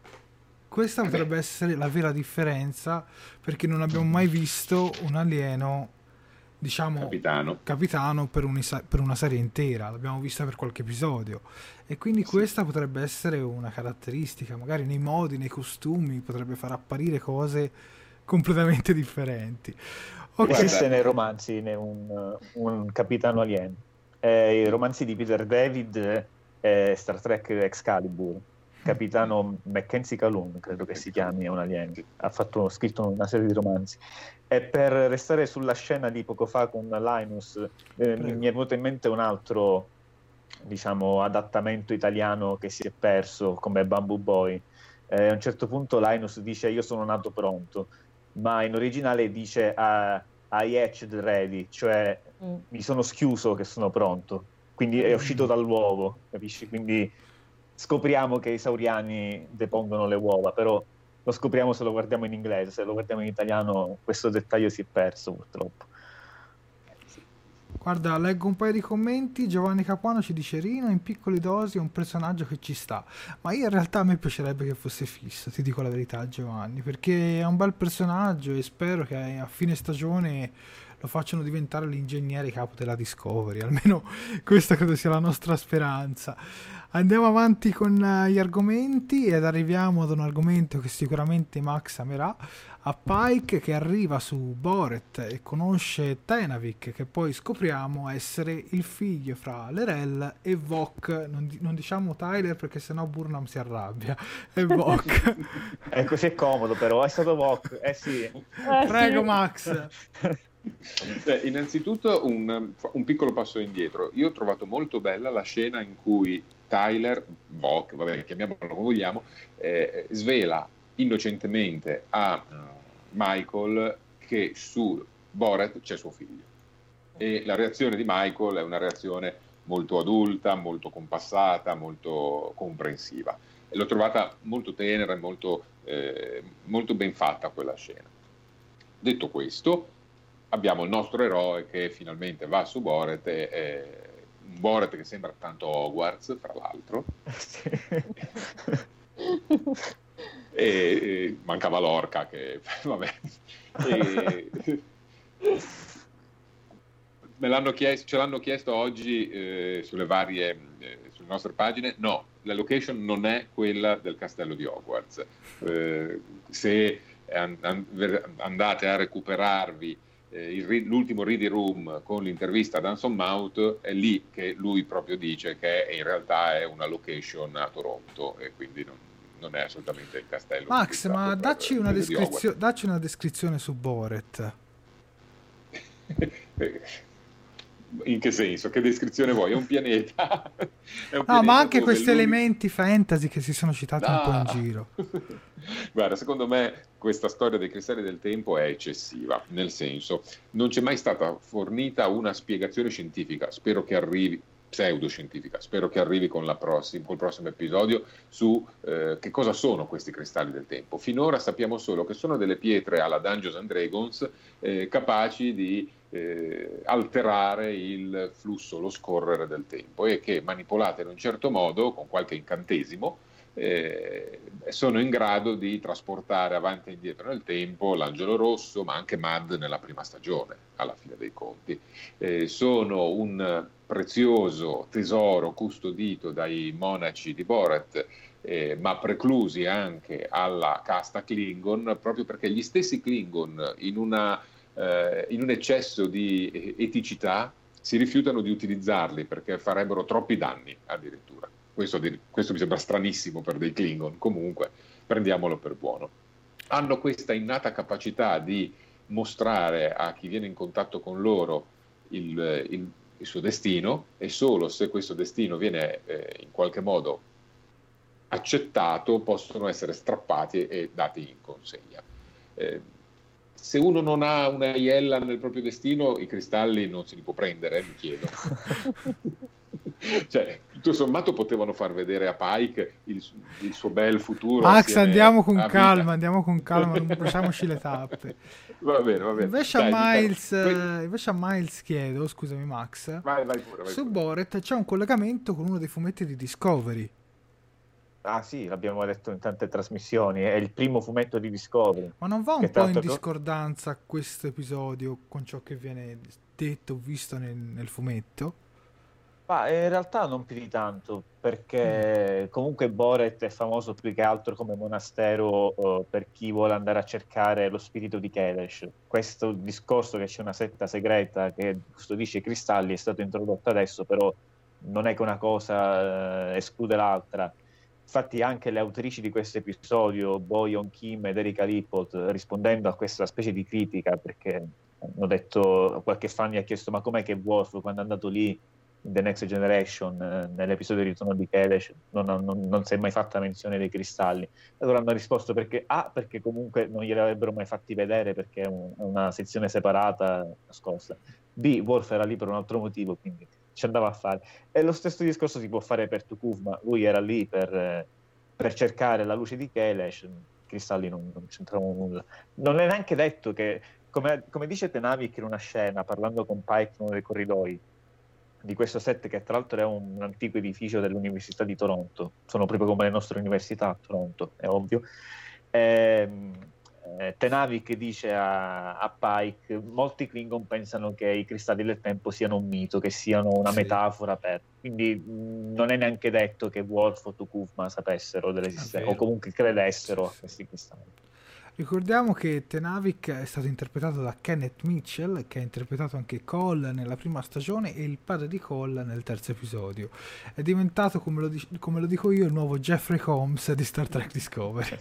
Questa potrebbe essere la vera differenza, perché non abbiamo mai visto un alieno, diciamo, capitano, capitano per, un, per una serie intera. L'abbiamo vista per qualche episodio. E quindi sì, questa potrebbe essere una caratteristica, magari nei modi, nei costumi, potrebbe far apparire cose completamente differenti. Okay. Esiste nei romanzi un, un capitano alieno. Eh, I romanzi di Peter David e Star Trek Excalibur. Capitano Mackenzie Calhoun, credo che si chiami, è un alieno. Ha fatto, scritto una serie di romanzi. E per restare sulla scena di poco fa con Linus, eh, mi è venuto in mente un altro, diciamo, adattamento italiano che si è perso, come Bamboo Boy. Eh, a un certo punto Linus dice "io sono nato pronto", ma in originale dice uh, I hatched ready, cioè mm. mi sono schiuso che sono pronto, quindi è uscito dall'uovo, capisci? Quindi scopriamo che i sauriani depongono le uova, però lo scopriamo se lo guardiamo in inglese, se lo guardiamo in italiano questo dettaglio si è perso purtroppo. Guarda, leggo un paio di commenti. Giovanni Capuano ci dice: Rino in piccole dosi è un personaggio che ci sta, ma io in realtà a me piacerebbe che fosse fisso, ti dico la verità Giovanni, perché è un bel personaggio e spero che a fine stagione lo facciano diventare l'ingegnere capo della Discovery, almeno questa credo sia la nostra speranza. Andiamo avanti con gli argomenti ed arriviamo ad un argomento che sicuramente Max amerà, a Pike che arriva su Boret e conosce Tenavik, che poi scopriamo essere il figlio fra L'Rell e Vok. Non, di- non diciamo Tyler perché sennò Burnham si arrabbia. E Vok. È così è comodo, però è stato Vok. Eh sì. Eh, Prego sì. Max. Beh, innanzitutto un, un piccolo passo indietro. Io ho trovato molto bella la scena in cui Tyler, Vok, vabbè, chiamiamolo come vogliamo, eh, svela innocentemente a uh, Michael che su Boret c'è suo figlio. E la reazione di Michael è una reazione molto adulta, molto compassata, molto comprensiva. E l'ho trovata molto tenera e molto, eh, molto ben fatta quella scena. Detto questo, abbiamo il nostro eroe che finalmente va su Boret, e, e, un Boret che sembra tanto Hogwarts, fra l'altro. e, e mancava Lorca che vabbè. E, me l'hanno chiesto, ce l'hanno chiesto oggi eh, sulle varie eh, sulle nostre pagine. No, la location non è quella del castello di Hogwarts. Eh, se an- an- andate a recuperarvi eh, il, l'ultimo reading room con l'intervista ad Anson Mount, è lì che lui proprio dice che in realtà è una location a Toronto e quindi non, non è assolutamente il castello. Max, ma per, dacci una, per descrizio- dacci una descrizione su Boret. In che senso? Che descrizione vuoi? È un pianeta? È un No, pianeta ma anche dove questi lui... elementi fantasy che si sono citati Ah. un po' in giro. Guarda, secondo me questa storia dei cristalli del tempo è eccessiva, nel senso, non c'è mai stata fornita una spiegazione scientifica, spero che arrivi, pseudoscientifica, spero che arrivi con la prossima, col prossimo episodio su eh, che cosa sono questi cristalli del tempo. Finora sappiamo solo che sono delle pietre alla Dungeons and Dragons eh, capaci di eh, alterare il flusso, lo scorrere del tempo e che manipolate in un certo modo, con qualche incantesimo, eh, sono in grado di trasportare avanti e indietro nel tempo l'Angelo Rosso, ma anche Mad nella prima stagione, alla fine dei conti. Eh, sono un prezioso tesoro custodito dai monaci di Boret, eh, ma preclusi anche alla casta Klingon, proprio perché gli stessi Klingon, in, una, eh, in un eccesso di eticità, si rifiutano di utilizzarli perché farebbero troppi danni addirittura. Questo, questo mi sembra stranissimo per dei Klingon, comunque prendiamolo per buono. Hanno questa innata capacità di mostrare a chi viene in contatto con loro il, il, il suo destino, e solo se questo destino viene eh, in qualche modo accettato possono essere strappati e dati in consegna. Eh, se uno non ha una iella nel proprio destino, i cristalli non se li può prendere, eh, mi chiedo. Cioè, tutto sommato potevano far vedere a Pike il, il suo bel futuro. Max, andiamo con a calma, Vita. andiamo con calma, non bruciamoci le tappe. Va bene, va bene. Invece, Dai, a Miles, Vita, eh, invece a Miles chiedo, scusami Max, vai, vai pure, vai su pure. Boret c'è un collegamento con uno dei fumetti di Discovery. Ah sì, l'abbiamo detto in tante trasmissioni, è il primo fumetto di Discovery. Ma non va un Che po' in tanto- discordanza questo episodio con ciò che viene detto o visto nel, nel fumetto? Ma in realtà non più di tanto, perché comunque Boret è famoso più che altro come monastero eh, per chi vuole andare a cercare lo spirito di Kelesh. Questo discorso che c'è una setta segreta che custodisce i cristalli è stato introdotto adesso, però non è che una cosa eh, esclude l'altra. Infatti anche le autrici di questo episodio, Boyon Kim ed Erika Lippold, rispondendo a questa specie di critica, perché hanno detto, qualche fan mi ha chiesto ma com'è che Worf quando è andato lì in The Next Generation, eh, nell'episodio di Ritorno di Kelesh, non, non, non si è mai fatta menzione dei cristalli. Allora hanno risposto perché A, perché comunque non glieli avrebbero mai fatti vedere perché è un, una sezione separata nascosta. B, Worf era lì per un altro motivo, quindi ci andava a fare. E lo stesso discorso si può fare per Tukuf, ma lui era lì per, eh, per cercare la luce di Kelesh, i cristalli non, non c'entravano nulla. Non è neanche detto che come, come dice Tenavik in una scena, parlando con Pike in uno dei corridoi, di questo set, che tra l'altro è un, un antico edificio dell'Università di Toronto, sono proprio come le nostre università a Toronto, è ovvio. Ehm, eh, Tenavik dice a, a Pike: molti Klingon pensano che i cristalli del tempo siano un mito, che siano una sì. metafora per... Quindi mh, non è neanche detto che Worf o T'Kuvma sapessero dell'esistenza, o comunque credessero a questi cristalli. Ricordiamo che Tenavik è stato interpretato da Kenneth Mitchell, che ha interpretato anche Cole nella prima stagione e il padre di Cole nel terzo episodio. È diventato, come lo, dic- come lo dico io, il nuovo Jeffrey Combs di Star Trek Discovery,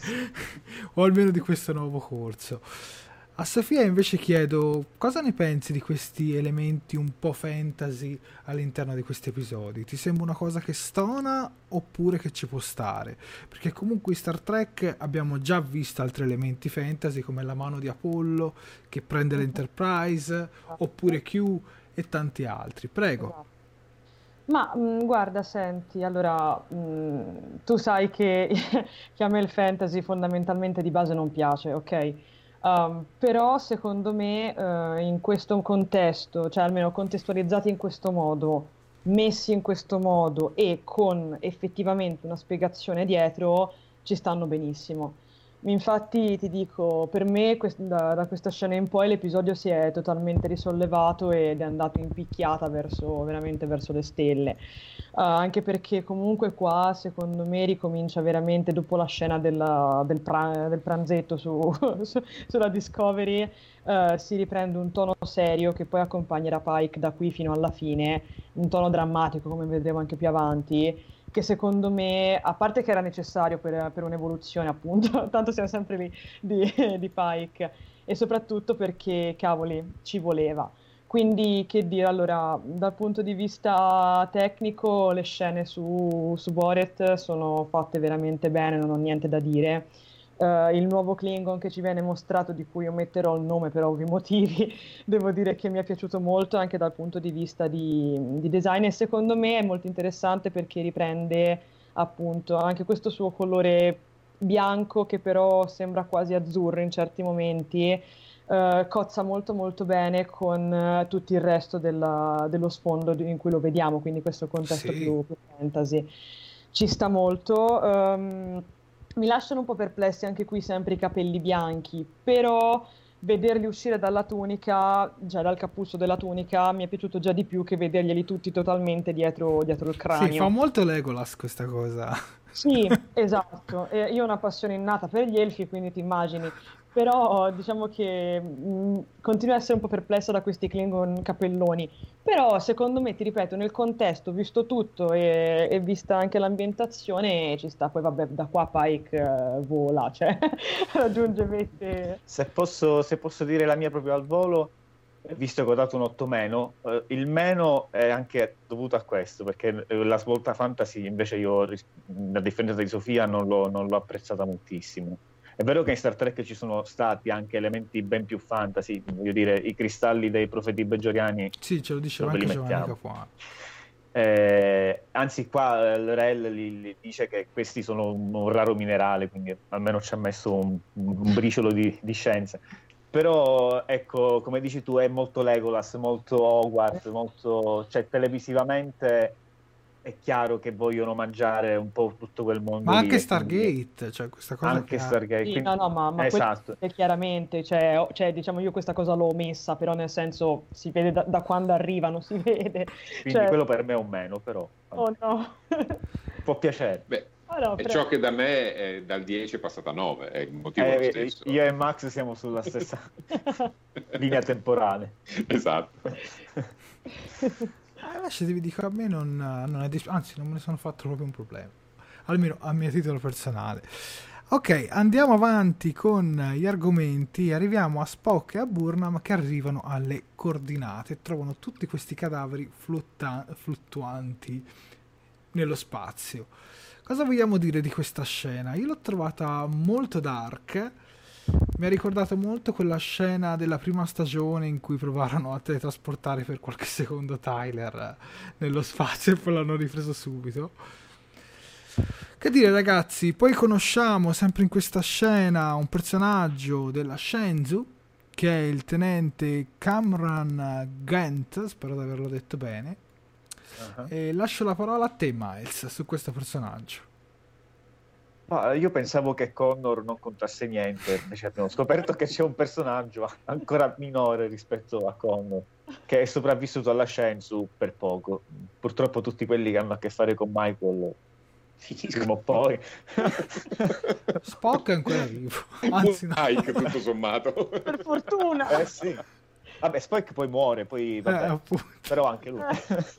o almeno di questo nuovo corso. A Sofia invece chiedo cosa ne pensi di questi elementi un po' fantasy all'interno di questi episodi. Ti sembra una cosa che stona oppure che ci può stare? Perché comunque in Star Trek abbiamo già visto altri elementi fantasy come la mano di Apollo che prende l'Enterprise, oppure Q e tanti altri. Prego. Ma mh, guarda, senti, allora mh, tu sai che, che a me il fantasy fondamentalmente di base non piace, ok? Um, però secondo me uh, in questo contesto, cioè almeno contestualizzati in questo modo, messi in questo modo e con effettivamente una spiegazione dietro, ci stanno benissimo. Infatti ti dico, per me quest- da, da questa scena in poi l'episodio si è totalmente risollevato ed è andato in picchiata verso, veramente verso le stelle. Uh, anche perché comunque qua secondo me ricomincia veramente dopo la scena della- del, pra- del pranzetto su, su- sulla Discovery, uh, si riprende un tono serio che poi accompagnerà Pike da qui fino alla fine, un tono drammatico come vedremo anche più avanti, che secondo me, a parte che era necessario per, per un'evoluzione appunto, tanto siamo sempre lì di, di Pike, e soprattutto perché, cavoli, ci voleva. Quindi, che dire, allora, dal punto di vista tecnico, le scene su, su Boret sono fatte veramente bene, non ho niente da dire. Uh, il nuovo Klingon che ci viene mostrato, di cui ometterò il nome per ovvi motivi, devo dire che mi è piaciuto molto anche dal punto di vista di, di design, e secondo me è molto interessante perché riprende appunto anche questo suo colore bianco che però sembra quasi azzurro in certi momenti. Uh, cozza molto molto bene con uh, tutto il resto della, dello sfondo in cui lo vediamo, quindi questo contesto Sì. più, più fantasy ci sta molto. Um, mi lasciano un po' perplessi anche qui sempre i capelli bianchi, però vederli uscire dalla tunica, cioè dal cappuccio della tunica, mi è piaciuto già di più che vederglieli tutti totalmente dietro, dietro il cranio. Sì, fa molto Legolas questa cosa. Sì, esatto. E io ho una passione innata per gli elfi, quindi ti immagini. Però diciamo che mh, continuo a essere un po' perplessa da questi Klingon capelloni. Però secondo me, ti ripeto, nel contesto, visto tutto e, e vista anche l'ambientazione, ci sta. Poi vabbè, da qua Pike uh, vola, cioè raggiunge vette. Se posso, se posso dire la mia proprio al volo, visto che ho dato un otto meno, eh, il meno è anche dovuto a questo, perché la svolta fantasy invece io, a differenza di Sofia, non l'ho, non l'ho apprezzata moltissimo. È vero che in Star Trek ci sono stati anche elementi ben più fantasy, voglio dire, i cristalli dei profeti bejoriani. Sì, ce lo diceva anche Giovanni Capuano. Eh, anzi qua il Rel li, li dice che questi sono un, un raro minerale, quindi almeno ci ha messo un, un briciolo di, di scienza. Però ecco, come dici tu, è molto Legolas, molto Hogwarts, molto, cioè televisivamente è chiaro che vogliono mangiare un po' tutto quel mondo. Ma lì, anche Stargate, quindi... cioè questa cosa anche che Stargate. Sì, quindi... no, no, ma, ma esatto. è chiaramente, cioè, cioè, diciamo, io questa cosa l'ho omessa, però nel senso si vede da, da quando arrivano, si vede. Quindi cioè... quello per me è un meno, però. Oh no. Può piacere. Beh, oh, no, è però... ciò che da me è dal dieci è passata a nove, è il motivo eh, lo stesso. Io e Max siamo sulla stessa linea temporale. Esatto. Eh, invece vi dico, a me non, non è dis- anzi non me ne sono fatto proprio un problema, almeno a mio titolo personale. Ok, andiamo avanti con gli argomenti. Arriviamo a Spock e a Burnham che arrivano alle coordinate e trovano tutti questi cadaveri flutta- fluttuanti nello spazio. Cosa vogliamo dire di questa scena? Io l'ho trovata molto dark. Mi ha ricordato molto quella scena della prima stagione in cui provarono a teletrasportare per qualche secondo Tyler nello spazio e poi l'hanno ripreso subito. Che dire, ragazzi, poi conosciamo sempre in questa scena un personaggio della Shenzhou che è il tenente Kamran Gant, spero di averlo detto bene. Uh-huh. E lascio la parola a te, Miles, su questo personaggio. Ah, io pensavo che Connor non contasse niente, invece abbiamo scoperto che c'è un personaggio ancora minore rispetto a Connor, che è sopravvissuto alla Shenzhou per poco. Purtroppo tutti quelli che hanno a che fare con Michael prima o poi. Spock è ancora vivo, anzi no. Mike, tutto sommato. Per fortuna. Eh sì. Vabbè, Spock poi muore, poi vabbè, eh, però anche lui.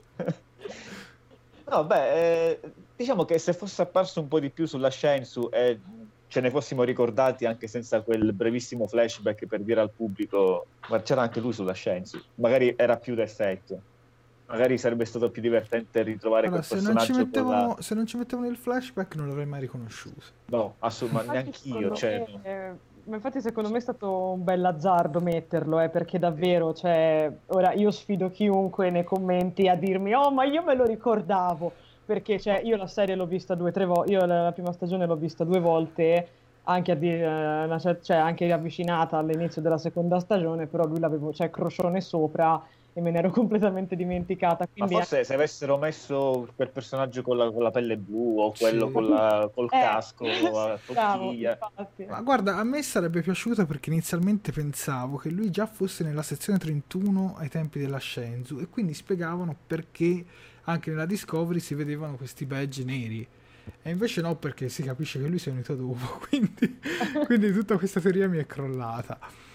No, beh, eh, diciamo che se fosse apparso un po' di più sulla Shenzhou e ce ne fossimo ricordati anche senza quel brevissimo flashback per dire al pubblico ma c'era anche lui sulla Shenzhou, magari era più d'effetto. Magari sarebbe stato più divertente ritrovare allora, quel se personaggio. Non ci mettevano, la... Se non ci mettevano il flashback non l'avrei mai riconosciuto. No, assolutamente neanch'io. Cioè... Me, ma infatti secondo me è stato un bel azzardo metterlo, eh, perché davvero, cioè, ora io sfido chiunque nei commenti a dirmi oh ma io me lo ricordavo, perché cioè, io la serie l'ho vista due o tre volte, io la, la prima stagione l'ho vista due volte, anche, a dire, una, cioè, anche avvicinata all'inizio della seconda stagione, però lui l'avevo, cioè, crocione sopra, e me ne ero completamente dimenticata. Quindi ma forse anche... se avessero messo quel personaggio con la, con la pelle blu o quello sì. con la, col eh, casco, la tocchiglia. Ma guarda, a me sarebbe piaciuto perché inizialmente pensavo che lui già fosse nella sezione trentuno ai tempi della Shenzhou e quindi spiegavano perché anche nella Discovery si vedevano questi badge neri. E invece no, perché si capisce che lui si è unito dopo, quindi, quindi tutta questa teoria mi è crollata.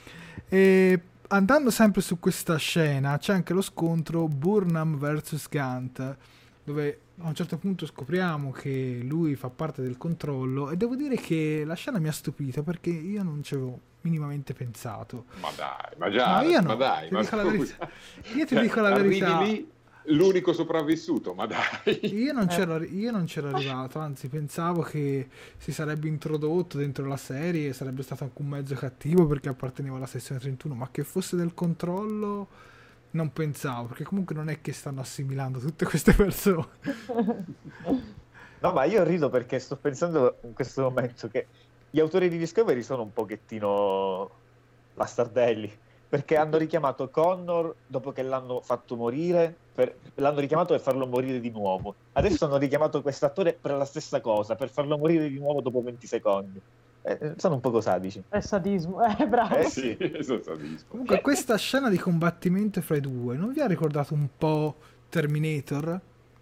E andando sempre su questa scena c'è anche lo scontro Burnham versus Gant, dove a un certo punto scopriamo che lui fa parte del controllo e devo dire che la scena mi ha stupito perché io non ci avevo minimamente pensato. Ma dai, ma già, ma io no, ma dai, ti ma dico la verità. Io ti cioè, dico la verità. Lì, l'unico sopravvissuto, ma dai. Io non c'ero, io non c'ero arrivato, anzi pensavo che si sarebbe introdotto dentro la serie, sarebbe stato anche un mezzo cattivo perché apparteneva alla sezione trentuno, ma che fosse del controllo non pensavo, perché comunque non è che stanno assimilando tutte queste persone. No, ma io rido perché sto pensando in questo momento che gli autori di Discovery sono un pochettino bastardelli, perché hanno richiamato Connor dopo che l'hanno fatto morire, per, l'hanno richiamato per farlo morire di nuovo. Adesso hanno richiamato quest'attore per la stessa cosa, per farlo morire di nuovo dopo venti secondi. Eh, sono un poco sadici. È sadismo, eh, bravo. Eh sì, è sadismo. Comunque questa scena di combattimento fra i due non vi ha ricordato un po' Terminator?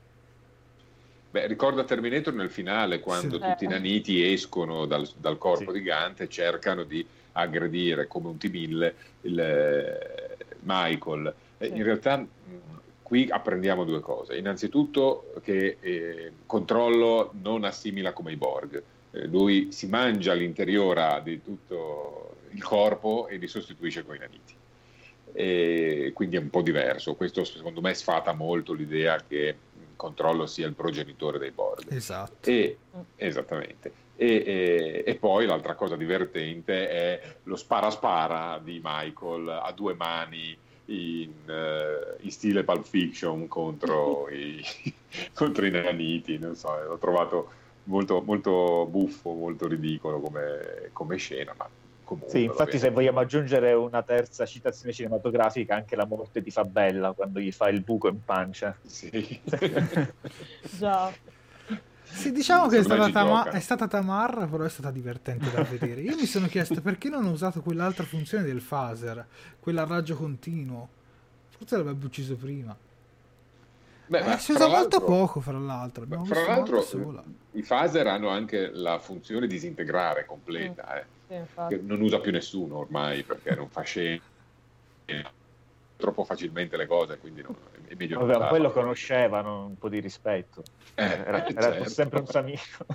Beh, ricorda Terminator nel finale, quando sì. tutti i naniti escono dal, dal corpo sì. di Gant e cercano di aggredire come un T-mille il eh, Michael. Sì. In realtà qui apprendiamo due cose. Innanzitutto che eh, Controllo non assimila come i Borg. Eh, lui si mangia l'interiora di tutto il corpo e li sostituisce con i naniti. E quindi è un po' diverso. Questo secondo me sfata molto l'idea che Controllo sia il progenitore dei Borg. Esatto. E, esattamente. E, e, e poi l'altra cosa divertente è lo spara-spara di Michael a due mani in, uh, in stile Pulp Fiction contro i, contro i naniti. Non so, l'ho trovato molto, molto buffo, molto ridicolo come, come scena, ma comunque, sì, infatti se vogliamo aggiungere una terza citazione cinematografica, anche la morte di Fabella quando gli fa il buco in pancia. Sì. Già. Sì, diciamo che è stata, Tama- è stata tamarra, però è stata divertente da vedere. Io mi sono chiesto perché non ho usato quell'altra funzione del phaser, quella a raggio continuo. Forse l'avrebbe ucciso prima. Beh, eh, si usa molto poco, fra l'altro. Beh, fra l'altro, i phaser hanno anche la funzione disintegrare completa, mm. eh, sì, che non usa più nessuno ormai perché non fa scena troppo facilmente le cose, quindi non, è meglio. Vabbè, non quello conoscevano, un po' di rispetto. Eh, era, eh, era certo. sempre un suo amico.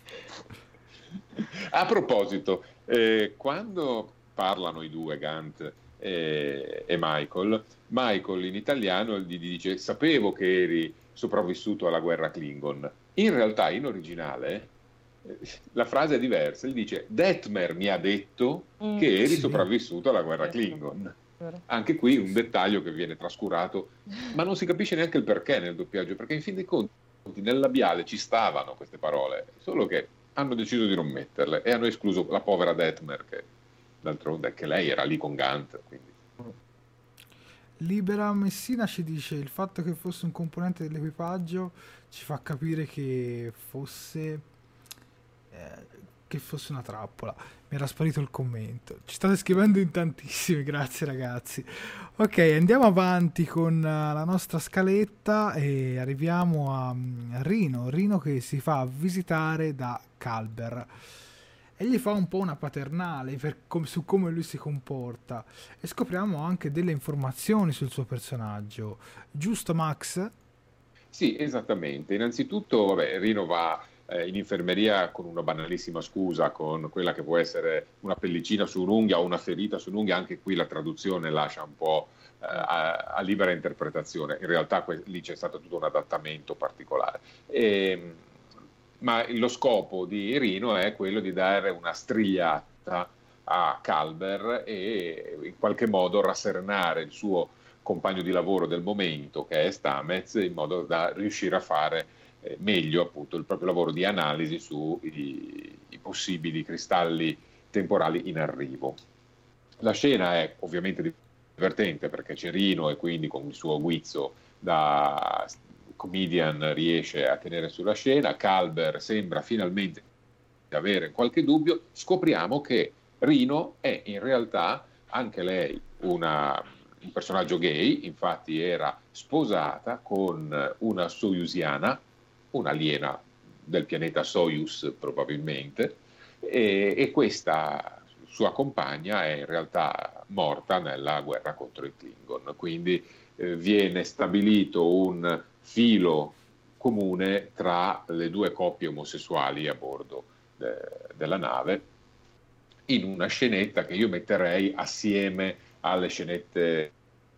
A proposito, eh, quando parlano i due, Gant e, e Michael, Michael in italiano gli dice: sapevo che eri sopravvissuto alla guerra Klingon. In realtà in originale eh, la frase è diversa, gli dice: Detmer mi ha detto mm, che eri sì. sopravvissuto alla guerra Klingon. Anche qui un dettaglio che viene trascurato, ma non si capisce neanche il perché nel doppiaggio, perché in fin dei conti nel labiale ci stavano queste parole, solo che hanno deciso di non metterle e hanno escluso la povera Detmer che d'altronde anche lei era lì con Gant, quindi. Libera Messina ci dice: il fatto che fosse un componente dell'equipaggio ci fa capire che fosse eh, che fosse una trappola. Mi era sparito il commento. Ci state scrivendo in tantissimi, grazie ragazzi. Ok, andiamo avanti con uh, la nostra scaletta e arriviamo a um, Rino Rino che si fa visitare da Culber e gli fa un po' una paternale per com- su come lui si comporta, e scopriamo anche delle informazioni sul suo personaggio. Giusto, Max? Sì, esattamente. Innanzitutto, vabbè, Rino va eh, in infermeria con una banalissima scusa, con quella che può essere una pellicina su un'unghia o una ferita su un'unghia. Anche qui la traduzione lascia un po' eh, a, a libera interpretazione. In realtà que- lì c'è stato tutto un adattamento particolare. E, ma lo scopo di Rino è quello di dare una strigliata a Culber e in qualche modo rasserenare il suo compagno di lavoro del momento, che è Stamets, in modo da riuscire a fare eh, meglio appunto il proprio lavoro di analisi sui i possibili cristalli temporali in arrivo. La scena è ovviamente divertente perché c'è Rino e quindi con il suo guizzo da comedian riesce a tenere sulla scena. Culber sembra finalmente avere qualche dubbio. Scopriamo che Rino è in realtà anche lei una, un personaggio gay, infatti era sposata con una soyuziana, un'aliena del pianeta Soyuz probabilmente, e, e questa sua compagna è in realtà morta nella guerra contro i Klingon, quindi eh, viene stabilito un filo comune tra le due coppie omosessuali a bordo de- della nave, in una scenetta che io metterei assieme alle scenette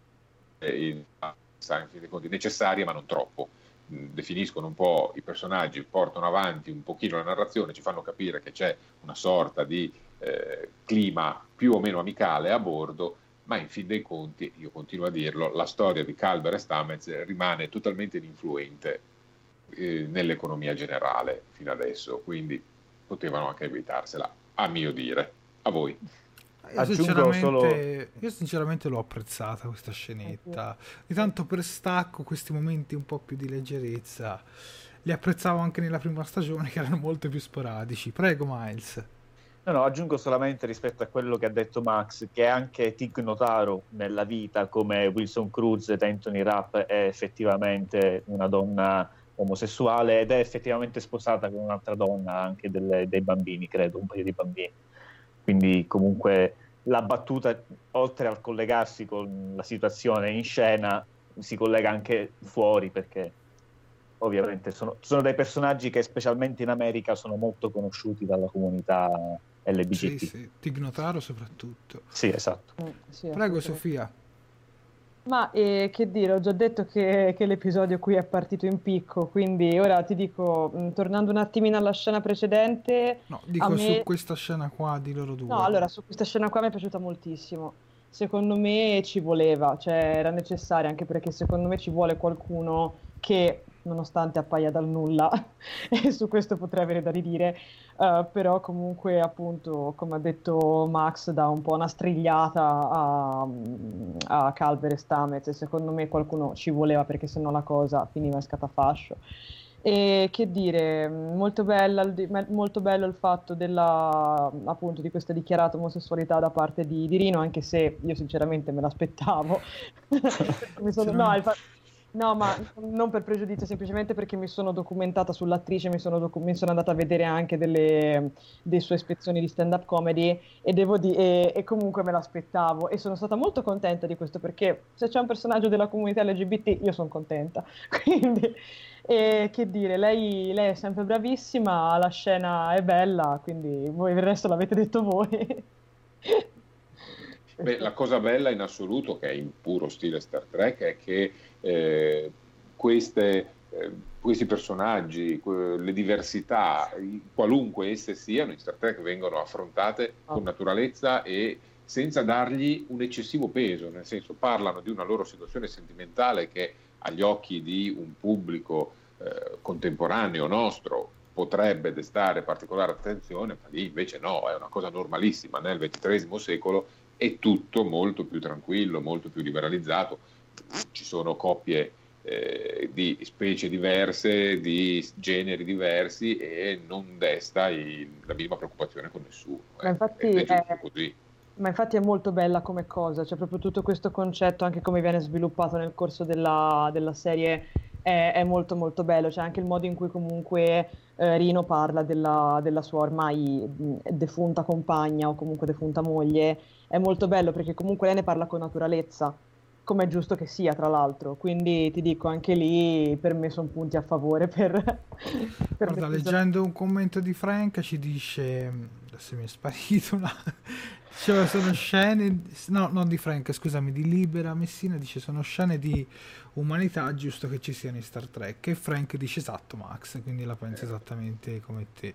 eh, in, in fin dei conti necessarie ma non troppo. Definiscono un po' i personaggi, portano avanti un pochino la narrazione, ci fanno capire che c'è una sorta di eh, clima più o meno amicale a bordo, ma in fin dei conti, io continuo a dirlo, la storia di Culber e Stamets rimane totalmente ininfluente eh, nell'economia generale fino adesso, quindi potevano anche evitarsela, a mio dire. A voi. Io sinceramente, solo... io sinceramente l'ho apprezzata questa scenetta. Di tanto per stacco questi momenti un po' più di leggerezza li apprezzavo anche nella prima stagione, che erano molto più sporadici. Prego, Miles. No, no, aggiungo solamente rispetto a quello che ha detto Max, che anche Tig Notaro nella vita, come Wilson Cruz ed Anthony Rapp, è effettivamente una donna omosessuale ed è effettivamente sposata con un'altra donna, anche delle, dei bambini, credo, un paio di bambini. Quindi comunque la battuta, oltre al collegarsi con la situazione in scena, si collega anche fuori, perché ovviamente sono, sono dei personaggi che specialmente in America sono molto conosciuti dalla comunità L G B T. Sì, sì, Tig Notaro soprattutto. Sì, esatto. Mm, sì, Prego, Sofia. Ma eh, che dire, ho già detto che, che l'episodio qui è partito in picco, quindi ora ti dico, mh, tornando un attimino alla scena precedente... No, dico me... su questa scena qua di loro due. No, allora, su questa scena qua mi è piaciuta moltissimo. Secondo me ci voleva, cioè era necessaria, anche perché secondo me ci vuole qualcuno che, nonostante appaia dal nulla, e su questo potrei avere da ridire, uh, però comunque appunto, come ha detto Max, dà un po' una strigliata a, a Culber e Stamets, e secondo me qualcuno ci voleva, perché sennò la cosa finiva in scatafascio. E che dire, molto bella, molto bello il fatto della, appunto, di questa dichiarata omosessualità da parte di, di Rino, anche se io sinceramente me l'aspettavo. mi sono, no, il fa- No, ma non per pregiudizio, semplicemente perché mi sono documentata sull'attrice, mi sono, docu- mi sono andata a vedere anche delle, delle sue spezzoni di stand-up comedy e, devo di- e, e comunque me l'aspettavo e sono stata molto contenta di questo, perché se c'è un personaggio della comunità L G B T io sono contenta. Quindi, e, che dire, lei, lei è sempre bravissima, la scena è bella, quindi voi il resto l'avete detto voi. Beh, la cosa bella in assoluto, che è in puro stile Star Trek, è che eh, queste, eh, questi personaggi, que- le diversità, qualunque esse siano, in Star Trek vengono affrontate con naturalezza e senza dargli un eccessivo peso, nel senso parlano di una loro situazione sentimentale che agli occhi di un pubblico eh, contemporaneo nostro potrebbe destare particolare attenzione, ma lì invece no, è una cosa normalissima. Nel ventitreesimo secolo è tutto molto più tranquillo, molto più liberalizzato, ci sono coppie eh, di specie diverse, di generi diversi, e non desta il, la minima preoccupazione con nessuno. Ma infatti è, è è, così. ma infatti è molto bella come cosa, cioè proprio tutto questo concetto, anche come viene sviluppato nel corso della, della serie, è, è molto molto bello. C'è anche il modo in cui comunque eh, Rino parla della, della sua ormai mh, defunta compagna o comunque defunta moglie, è molto bello perché comunque lei ne parla con naturalezza, come è giusto che sia, tra l'altro. Quindi ti dico, anche lì per me sono punti a favore per, per Guarda, l'episodio. leggendo un commento di Frank ci dice, adesso mi è sparito una... Cioè, sono scene, no, non di Frank, scusami, di Libera Messina, dice sono scene di umanità, giusto che ci siano in Star Trek, e Frank dice esatto, Max, quindi la pensa esattamente come te.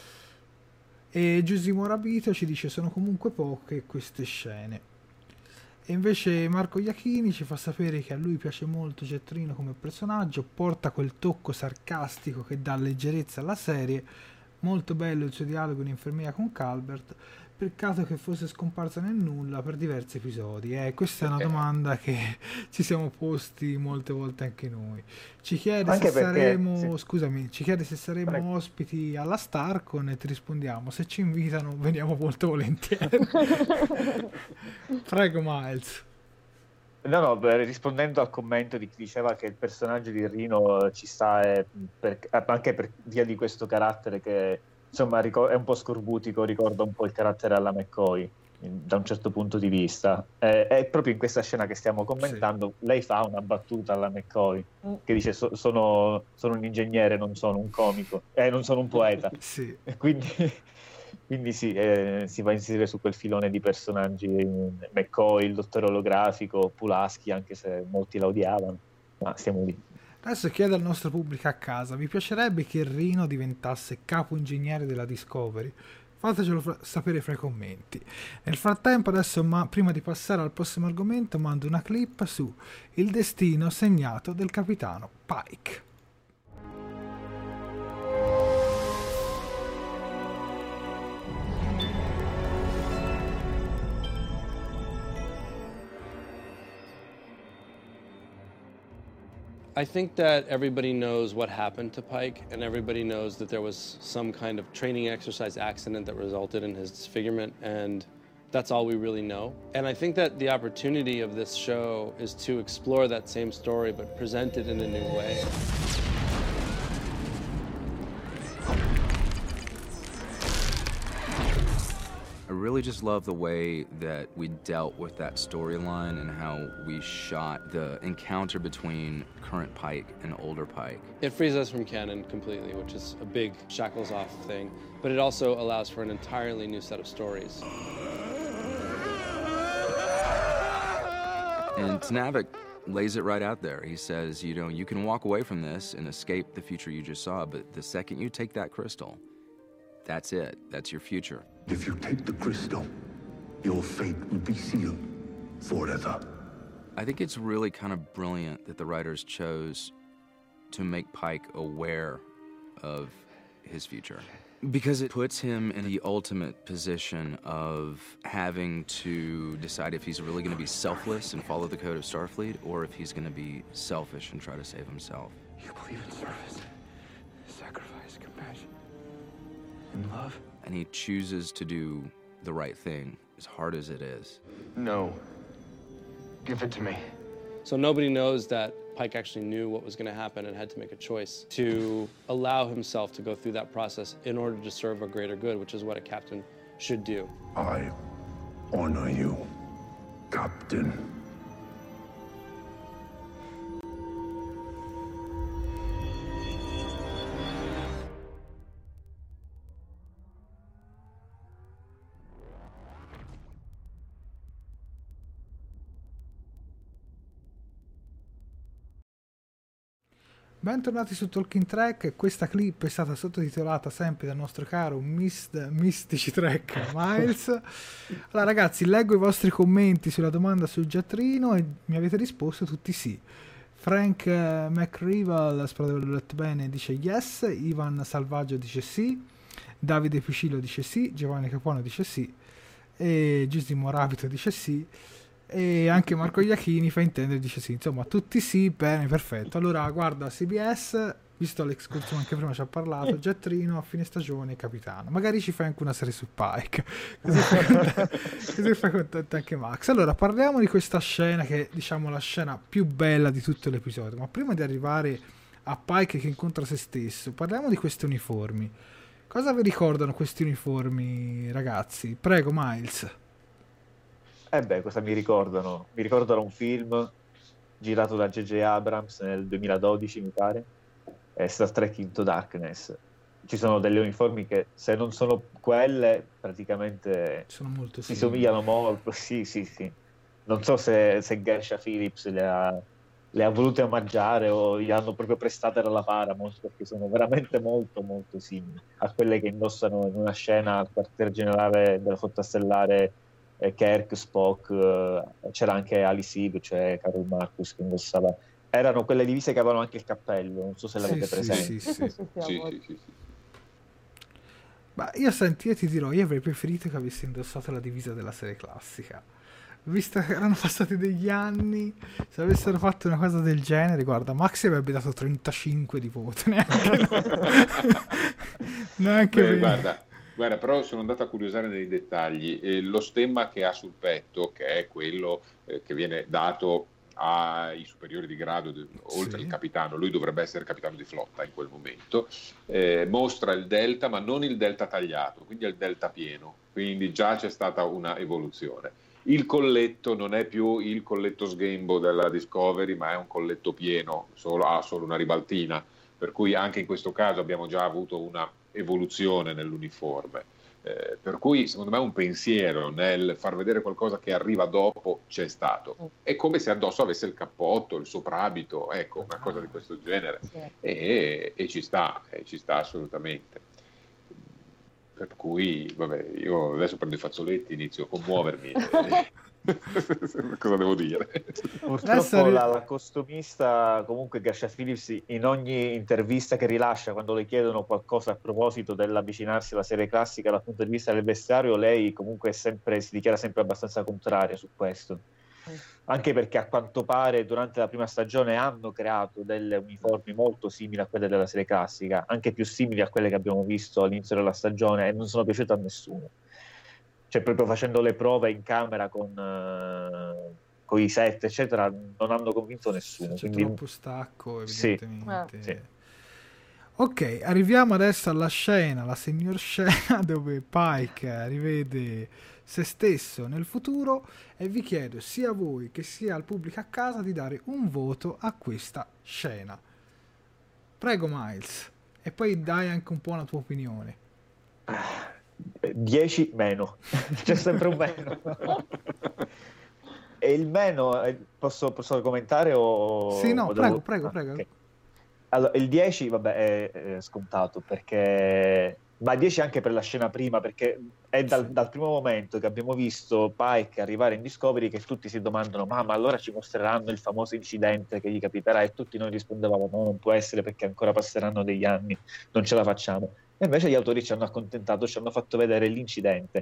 E Giusimo Rabito ci dice sono comunque poche queste scene. E invece Marco Iachini ci fa sapere che a lui piace molto Jettrino come personaggio, porta quel tocco sarcastico che dà leggerezza alla serie, molto bello il suo dialogo in infermeria con Calvert. Peccato che fosse scomparsa nel nulla per diversi episodi. Eh, questa è una domanda che ci siamo posti molte volte anche noi. Ci chiede Anche se perché, saremo, sì. scusami, ci chiede se saremo Prego. ospiti alla Starcon e ti rispondiamo. Se ci invitano veniamo molto volentieri. Prego Miles. No, no, beh, rispondendo al commento di chi diceva che il personaggio di Rino ci sta eh, per- anche per via di questo carattere che insomma ricor- è un po' scorbutico, ricorda un po' il carattere alla McCoy in- da un certo punto di vista. Eh, è proprio in questa scena che stiamo commentando, lei fa una battuta alla McCoy Mm. che dice "So- sono, sono un ingegnere, non sono un comico, eh, non sono un poeta". Sì. E quindi, quindi sì, eh, si va a inserire su quel filone di personaggi, eh, McCoy, il dottore olografico, Pulaski, anche se molti la odiavano, ma siamo lì. Adesso chiedo al nostro pubblico a casa, vi piacerebbe che Rino diventasse capo ingegnere della Discovery? Fatecelo fra- sapere fra i commenti. Nel frattempo adesso, ma prima di passare al prossimo argomento, mando una clip su Il destino segnato del capitano Pike. I think that everybody knows what happened to Pike, and everybody knows that there was some kind of training exercise accident that resulted in his disfigurement, and that's all we really know. And I think that the opportunity of this show is to explore that same story, but present it in a new way. I really just love the way that we dealt with that storyline and how we shot the encounter between current Pike and older Pike. It frees us from canon completely, which is a big shackles off thing, but it also allows for an entirely new set of stories. And Tnavik lays it right out there. He says, you know, you can walk away from this and escape the future you just saw, but the second you take that crystal, that's it. That's your future. If you take the crystal, your fate will be sealed forever. I think it's really kind of brilliant that the writers chose to make Pike aware of his future, because it puts him in the ultimate position of having to decide if he's really going to be selfless and follow the code of Starfleet, or if he's going to be selfish and try to save himself. You believe in service, sacrifice, compassion, and love? And he chooses to do the right thing, as hard as it is. No. Give it to me. So nobody knows that Pike actually knew what was going to happen and had to make a choice to allow himself to go through that process in order to serve a greater good, which is what a captain should do. I honor you, Captain. Bentornati su Talking Trek. Questa clip è stata sottotitolata sempre dal nostro caro Mist- Mystici Trek Miles. Allora ragazzi, leggo i vostri commenti sulla domanda sul Jettrino e mi avete risposto tutti sì. Frank uh, McRival, spero di averlo letto bene, dice yes. Ivan Salvaggio dice sì. Davide Picillo dice sì. Giovanni Capuano dice sì. E Giusy Morabito dice sì. E anche Marco Iachini fa intendere dice sì. Insomma, tutti sì, bene, perfetto. Allora, guarda, C B S, visto Alex Kurzman anche prima ci ha parlato, Jettrino a fine stagione, capitano. Magari ci fai anche una serie su Pike, così fai contento, così fai contento anche Max. Allora, parliamo di questa scena che è, diciamo, la scena più bella di tutto l'episodio. Ma prima di arrivare a Pike che incontra se stesso, parliamo di questi uniformi. Cosa vi ricordano questi uniformi, ragazzi? Prego, Miles. Eh beh, cosa mi ricordano? Mi ricordano un film girato da J J Abrams nel duemiladodici, mi pare, è Star Trek Into Darkness. Ci sono delle uniformi che, se non sono quelle, praticamente sono molto si simili. somigliano molto. Sì, sì, sì. Non so se, se Gersha Phillips le ha, le ha volute omaggiare o gli hanno proprio prestate dalla Paramount, perché sono veramente molto, molto simili a quelle che indossano in una scena al quartier generale della flotta stellare. Kirk, Spock, uh, c'era anche Ali Seed, cioè Carol Marcus che indossava, erano quelle divise che avevano anche il cappello, non so se l'avete sì, presente. Sì, sì, sì. Sì, sì, sì, sì. Ma io senti, io ti dirò, io avrei preferito che avessi indossato la divisa della serie classica, visto che erano passati degli anni. Se avessero fatto una cosa del genere, guarda, Maxi avrebbe dato trentacinque di voto, neanche neanche Beh, guarda Guarda, però sono andato a curiosare nei dettagli. Eh, lo stemma che ha sul petto, che è quello eh, che viene dato ai superiori di grado, de, oltre sì. il capitano, lui dovrebbe essere capitano di flotta in quel momento, eh, mostra il delta, ma non il delta tagliato, quindi è il delta pieno, quindi già c'è stata una evoluzione. Il colletto non è più il colletto sghembo della Discovery, ma è un colletto pieno, solo, ha solo una ribaltina, per cui anche in questo caso abbiamo già avuto una evoluzione nell'uniforme, eh, per cui secondo me un pensiero nel far vedere qualcosa che arriva dopo c'è stato. È come se addosso avesse il cappotto, il soprabito, ecco, una cosa di questo genere, e, e ci sta, e ci sta assolutamente. Per cui, vabbè, io adesso prendo i fazzoletti, inizio a commuovermi. E... cosa devo dire? Purtroppo la, la costumista, comunque Gersha Phillips, in ogni intervista che rilascia, quando le chiedono qualcosa a proposito dell'avvicinarsi alla serie classica dal punto di vista del vestiario, lei comunque è sempre, si dichiara sempre abbastanza contraria su questo, anche perché a quanto pare durante la prima stagione hanno creato delle uniformi molto simili a quelle della serie classica, anche più simili a quelle che abbiamo visto all'inizio della stagione, e non sono piaciute a nessuno. Cioè, proprio facendo le prove in camera con, uh, con i set, eccetera, non hanno convinto nessuno. C'è quindi... troppo stacco, evidentemente. Sì. Sì. Ok, arriviamo adesso alla scena, la signor scena, dove Pike rivede se stesso nel futuro, e vi chiedo sia a voi che sia al pubblico a casa di dare un voto a questa scena. Prego, Miles, e poi dai anche un po' la tua opinione. dieci meno, c'è sempre un meno. E il meno posso, posso commentare o sì no o prego devo... prego ah, prego okay. Allora, il dieci vabbè è, è scontato, perché ma dieci anche per la scena prima, perché è dal, sì. dal primo momento che abbiamo visto Pike arrivare in Discovery che tutti si domandano ma, ma allora ci mostreranno il famoso incidente che gli capiterà, e tutti noi rispondevamo no, non può essere perché ancora passeranno degli anni, non ce la facciamo. E invece gli autori ci hanno accontentato, ci hanno fatto vedere l'incidente.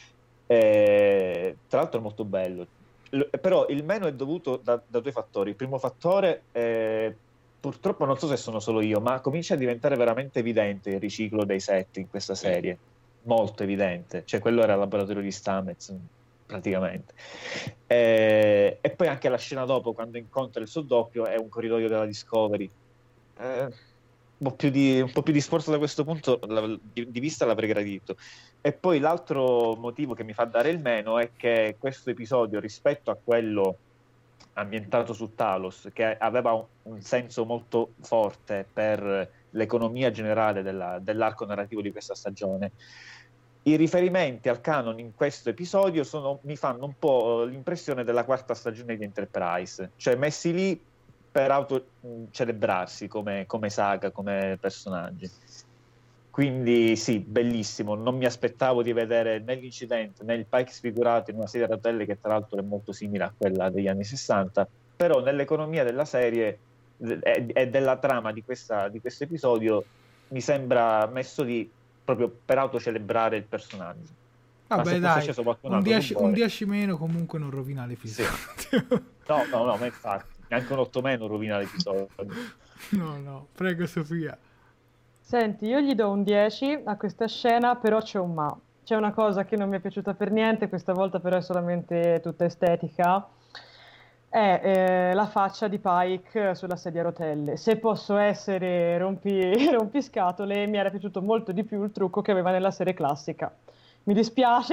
E, tra l'altro è molto bello. L- però il meno è dovuto da, da due fattori. Il primo fattore è, purtroppo non so se sono solo io, ma comincia a diventare veramente evidente il riciclo dei set in questa serie. Molto evidente. Cioè quello era il laboratorio di Stamets, praticamente. E, e poi anche la scena dopo, quando incontra il suo doppio, è un corridoio della Discovery. Eh, Un po' più di, un po' più di sforzo da questo punto di, di vista l'avrei gradito. E poi l'altro motivo che mi fa dare il meno è che questo episodio, rispetto a quello ambientato su Talos, che aveva un, un senso molto forte per l'economia generale della, dell'arco narrativo di questa stagione, i riferimenti al canon in questo episodio sono, mi fanno un po' l'impressione della quarta stagione di Enterprise, cioè messi lì per autocelebrarsi come, come saga, come personaggi. Quindi sì, bellissimo. Non mi aspettavo di vedere né l'incidente né il Pike sfigurato in una sedia a rotelle che tra l'altro è molto simile a quella degli anni sessanta, però nell'economia della serie e, e della trama di questa di questo episodio mi sembra messo lì proprio per autocelebrare il personaggio. Vabbè dai, un dieci, un dieci meno comunque non rovina l'episodio. Sì. No, no, no, ma infatti, neanche un otto meno rovina l'episodio. No, no, prego Sofia. Senti, io gli do un dieci a questa scena, però c'è un ma. C'è una cosa che non mi è piaciuta per niente, questa volta però è solamente tutta estetica, è eh, la faccia di Pike sulla sedia a rotelle. Se posso essere rompi, rompiscatole, mi era piaciuto molto di più il trucco che aveva nella serie classica. Mi dispiace,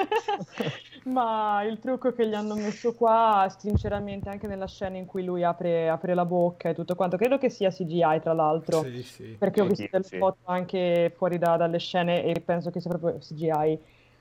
ma il trucco che gli hanno messo qua, sinceramente, anche nella scena in cui lui apre, apre la bocca e tutto quanto, credo che sia C G I tra l'altro, sì, sì. perché ho visto sì, delle sì. foto anche fuori da, dalle scene e penso che sia proprio C G I.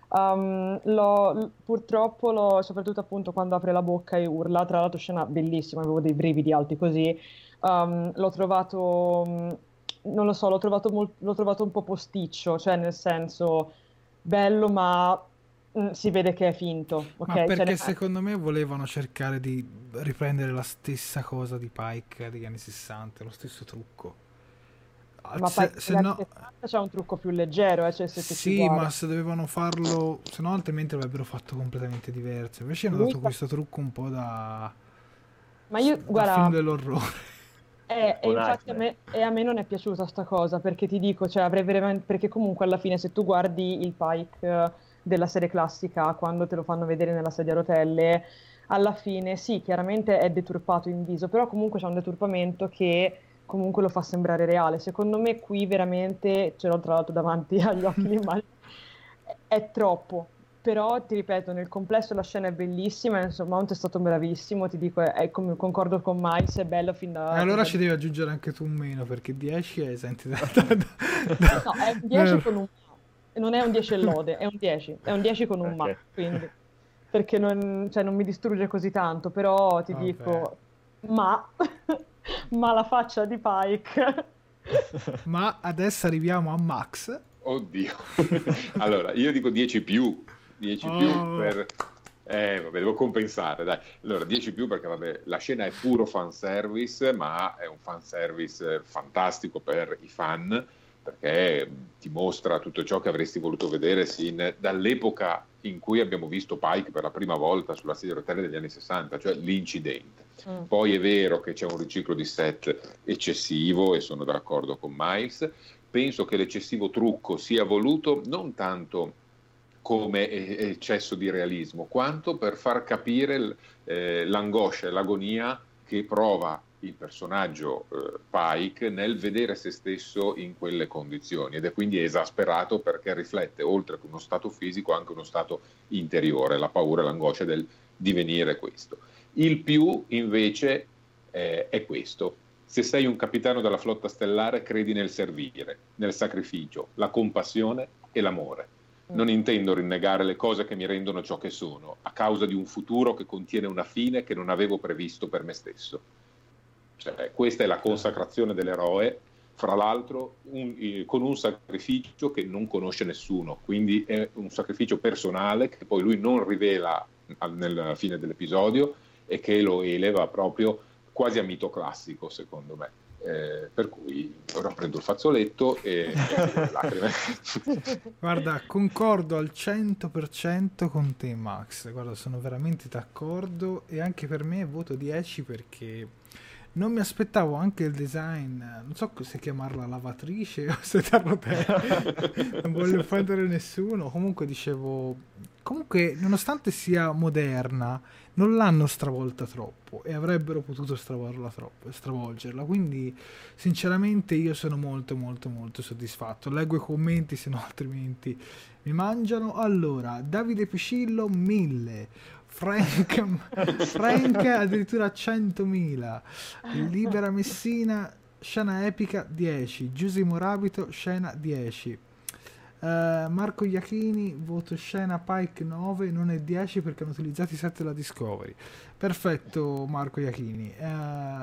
Um, l'ho, purtroppo, l'ho, soprattutto appunto quando apre la bocca e urla, tra l'altro scena bellissima, avevo dei brividi alti così, um, l'ho trovato, non lo so, l'ho trovato, molt, l'ho trovato un po' posticcio, cioè nel senso... bello, ma mh, si vede che è finto. Okay? Ma perché cioè, secondo me volevano cercare di riprendere la stessa cosa di Pike degli anni sessanta, lo stesso trucco. Ma se, Pike se degli no... anni sessanta c'è un trucco più leggero, eh, cioè se ti sì, ci guardi. ma se dovevano farlo, se no altrimenti l'avrebbero fatto completamente diverso. Invece hanno Lui dato fa- questo trucco un po' da, Ma io, da guarda, film dell'orrore. Eh, e Un infatti a me, e a me non è piaciuta sta cosa, perché ti dico, cioè avrei veramente, perché comunque alla fine se tu guardi il Pike eh, della serie classica, quando te lo fanno vedere nella sedia a rotelle, alla fine sì, chiaramente è deturpato in viso, però comunque c'è un deturpamento che comunque lo fa sembrare reale. Secondo me qui veramente, ce l'ho tra l'altro davanti agli occhi l'immagine, è, è troppo. Però ti ripeto, nel complesso la scena è bellissima, insomma, Mount è stato bravissimo, ti dico, è, è come, concordo con Miles, è bello fin da... E allora fin ci da... devi aggiungere anche tu un meno, perché dieci è senti da, da, da, No, è un dieci con un ma, non è un dieci e lode, è un dieci, è un dieci con un Okay. ma, quindi, perché non, cioè, non mi distrugge così tanto, però ti Vabbè. dico, ma, ma la faccia di Pike... Ma adesso arriviamo a Max. Oddio. Allora, io dico dieci più, dieci Oh. più per... Eh, vabbè, devo compensare, dai. Allora, dieci più perché, vabbè, la scena è puro fanservice, ma è un fanservice fantastico per i fan, perché ti mostra tutto ciò che avresti voluto vedere sin dall'epoca in cui abbiamo visto Pike per la prima volta sulla sedia a rotelle degli anni sessanta, cioè l'incidente. Mm. Poi è vero che c'è un riciclo di set eccessivo e sono d'accordo con Miles. Penso che l'eccessivo trucco sia voluto non tanto come eccesso di realismo, quanto per far capire eh, l'angoscia e l'agonia che prova il personaggio eh, Pike nel vedere se stesso in quelle condizioni, ed è quindi esasperato perché riflette oltre che uno stato fisico anche uno stato interiore, la paura e l'angoscia del divenire questo. Il più invece eh, è questo: se sei un capitano della flotta stellare credi nel servire, nel sacrificio, la compassione e l'amore. Non intendo rinnegare le cose che mi rendono ciò che sono, a causa di un futuro che contiene una fine che non avevo previsto per me stesso. Cioè, questa è la consacrazione dell'eroe, fra l'altro un, eh, con un sacrificio che non conosce nessuno, quindi è un sacrificio personale che poi lui non rivela al, nella fine dell'episodio e che lo eleva proprio quasi a mito classico, secondo me. Eh, per cui ora prendo il fazzoletto e, e le lacrime. Guarda, concordo al cento per cento con te, Max. Guarda, sono veramente d'accordo, e anche per me voto dieci perché non mi aspettavo anche il design, non so se chiamarla lavatrice o sedia a rotelle, non voglio offendere nessuno. Comunque dicevo, comunque nonostante sia moderna non l'hanno stravolta troppo e avrebbero potuto stravolgerla troppo, stravolgerla, quindi sinceramente io sono molto molto molto soddisfatto. Leggo i commenti, se no altrimenti mi mangiano. Allora, Davide Piscillo mille, Frank, Frank addirittura centomila, Libera Messina scena epica dieci, Giusy Morabito scena dieci, uh, Marco Iachini voto scena Pike nove, non è dieci perché hanno utilizzato i set della Discovery. Perfetto Marco Iachini. Uh,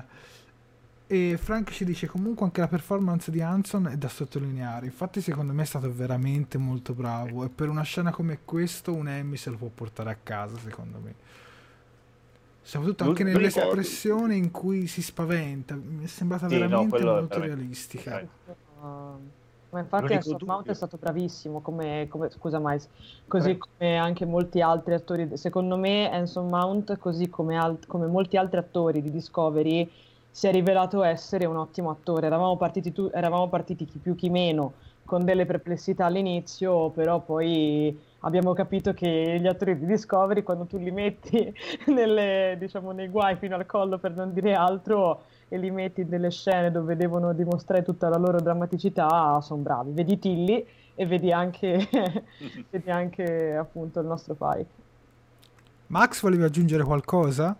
e Frank ci dice comunque anche la performance di Hanson è da sottolineare, infatti secondo me è stato veramente molto bravo e per una scena come questo un Emmy se lo può portare a casa, secondo me. soprattutto anche L'ul- nell'espressione in cui si spaventa, mi è sembrata Sì, no, veramente quello è molto veramente- realistica. eh. Uh, ma infatti L'unico Anson Mount dubbio- è stato bravissimo come, come- scusa Miles, così Prego. come anche molti altri attori. Secondo me Anson Mount, così come, al- come molti altri attori di Discovery, si è rivelato essere un ottimo attore. Eravamo partiti, tu- eravamo partiti chi più chi meno con delle perplessità all'inizio, però poi abbiamo capito che gli attori di Discovery, quando tu li metti nelle, diciamo, nei guai fino al collo, per non dire altro, e li metti in delle scene dove devono dimostrare tutta la loro drammaticità, sono bravi. Vedi Tilly e vedi anche, vedi anche appunto il nostro Pike. Max, volevi aggiungere qualcosa?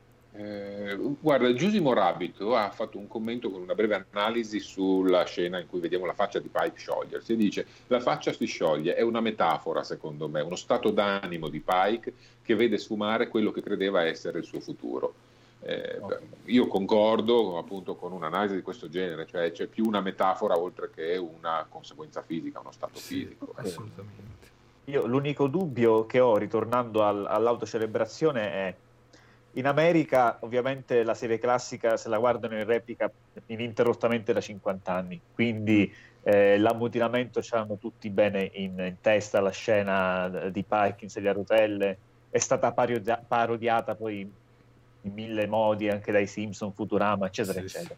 Eh, guarda, Giusimo Rabito ha fatto un commento con una breve analisi sulla scena in cui vediamo la faccia di Pike sciogliersi e dice: la faccia si scioglie, è una metafora secondo me, uno stato d'animo di Pike che vede sfumare quello che credeva essere il suo futuro. Eh, io concordo appunto con un'analisi di questo genere, cioè c'è più una metafora oltre che una conseguenza fisica, uno stato Sì, fisico. assolutamente. Io l'unico dubbio che ho, ritornando al- all'autocelebrazione, è: in America ovviamente la serie classica se la guardano in replica ininterrottamente da cinquanta anni, quindi eh, l'ammutinamento ce l'hanno tutti bene in, in testa. La scena di Pike in sedia a rotelle è stata parodia- parodiata poi in mille modi anche dai Simpson, Futurama, eccetera, Sì, eccetera.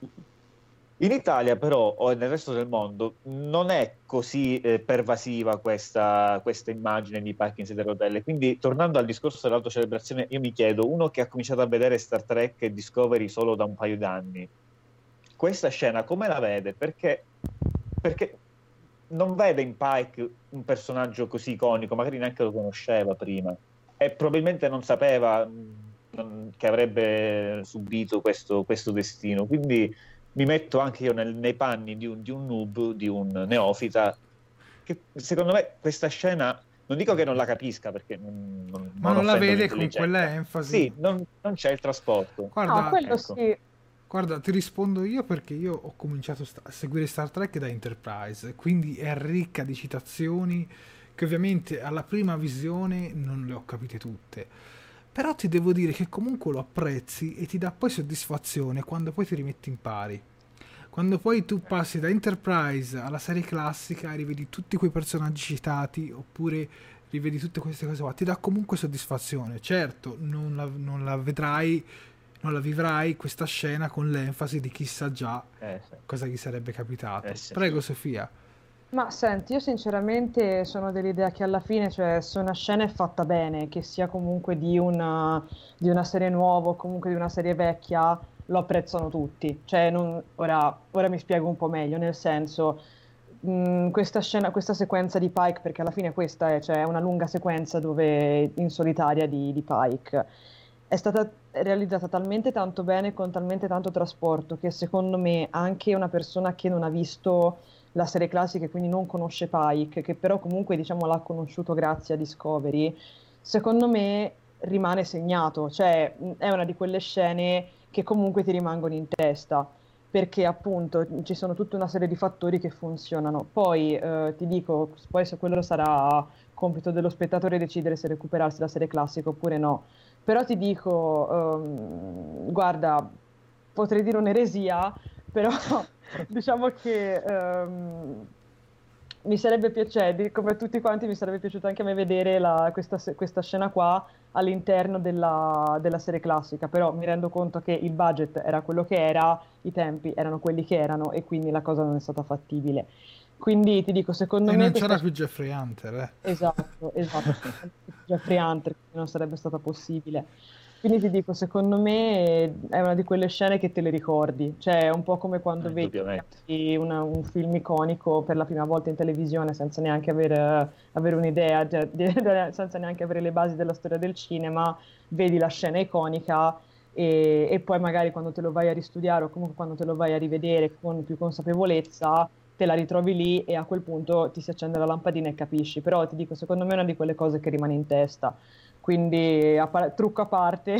In Italia però, o nel resto del mondo, non è così eh, pervasiva questa, questa immagine di Pike in sedia a rotelle. Quindi, tornando al discorso dell'autocelebrazione, io mi chiedo, uno che ha cominciato a vedere Star Trek e Discovery solo da un paio d'anni, questa scena come la vede? Perché, perché non vede in Pike un personaggio così iconico, magari neanche lo conosceva prima, e probabilmente non sapeva mh, non- che avrebbe subito questo, questo destino. Quindi mi metto anche io nel- nei panni di un, di un noob, di un neofita, che secondo me questa scena, non dico che non la capisca, perché non, non- Ma non non la offendo vede con l'intelligenza. quella enfasi. Sì, non, non c'è il trasporto. Guarda, No, quello ecco. sì. Guarda, ti rispondo io perché io ho cominciato sta- a seguire Star Trek da Enterprise, quindi è ricca di citazioni che ovviamente alla prima visione non le ho capite tutte. Però ti devo dire che comunque lo apprezzi e ti dà poi soddisfazione quando poi ti rimetti in pari. Quando poi tu passi da Enterprise alla serie classica e rivedi tutti quei personaggi citati, oppure rivedi tutte queste cose qua, ti dà comunque soddisfazione. Certo, non la, non la vedrai, non la vivrai questa scena con l'enfasi di chissà già Eh, sì. cosa gli sarebbe capitato. Eh, sì. Prego Sofia. Ma senti, io sinceramente sono dell'idea che alla fine, cioè, se una scena è fatta bene, che sia comunque di una, di una serie nuova o comunque di una serie vecchia, lo apprezzano tutti. Cioè, non- ora, ora mi spiego un po' meglio, nel senso, mh, questa scena, questa sequenza di Pike, perché alla fine questa è, cioè, è una lunga sequenza dove, in solitaria di, di Pike, è stata realizzata talmente tanto bene, con talmente tanto trasporto, che secondo me anche una persona che non ha visto la serie classica e quindi non conosce Pike, che però comunque diciamo l'ha conosciuto grazie a Discovery, secondo me rimane segnato, cioè mh, è una di quelle scene che comunque ti rimangono in testa, perché appunto ci sono tutta una serie di fattori che funzionano. Poi eh, ti dico, poi se quello sarà compito dello spettatore decidere se recuperarsi la serie classica oppure no. Però ti dico, ehm, guarda, potrei dire un'eresia, però diciamo che ehm, mi sarebbe piaciuto, come tutti quanti, mi sarebbe piaciuto anche a me vedere la- questa, se- questa scena qua all'interno della, della serie classica, però mi rendo conto che il budget era quello che era, i tempi erano quelli che erano e quindi la cosa non è stata fattibile. Quindi ti dico, secondo E me non questa c'era più Jeffrey Hunter, eh. Esatto, esatto. Jeffrey Hunter, quindi non sarebbe stata possibile. Quindi ti dico, secondo me è una di quelle scene che te le ricordi, cioè è un po' come quando Eh, vedi indubbiamente. una- un film iconico per la prima volta in televisione senza neanche avere, avere un'idea, cioè, di- senza neanche avere le basi della storia del cinema, vedi la scena iconica e, e poi magari quando te lo vai a ristudiare o comunque quando te lo vai a rivedere con più consapevolezza te la ritrovi lì e a quel punto ti si accende la lampadina e capisci. Però ti dico, secondo me è una di quelle cose che rimane in testa. Quindi, a par- trucco a parte,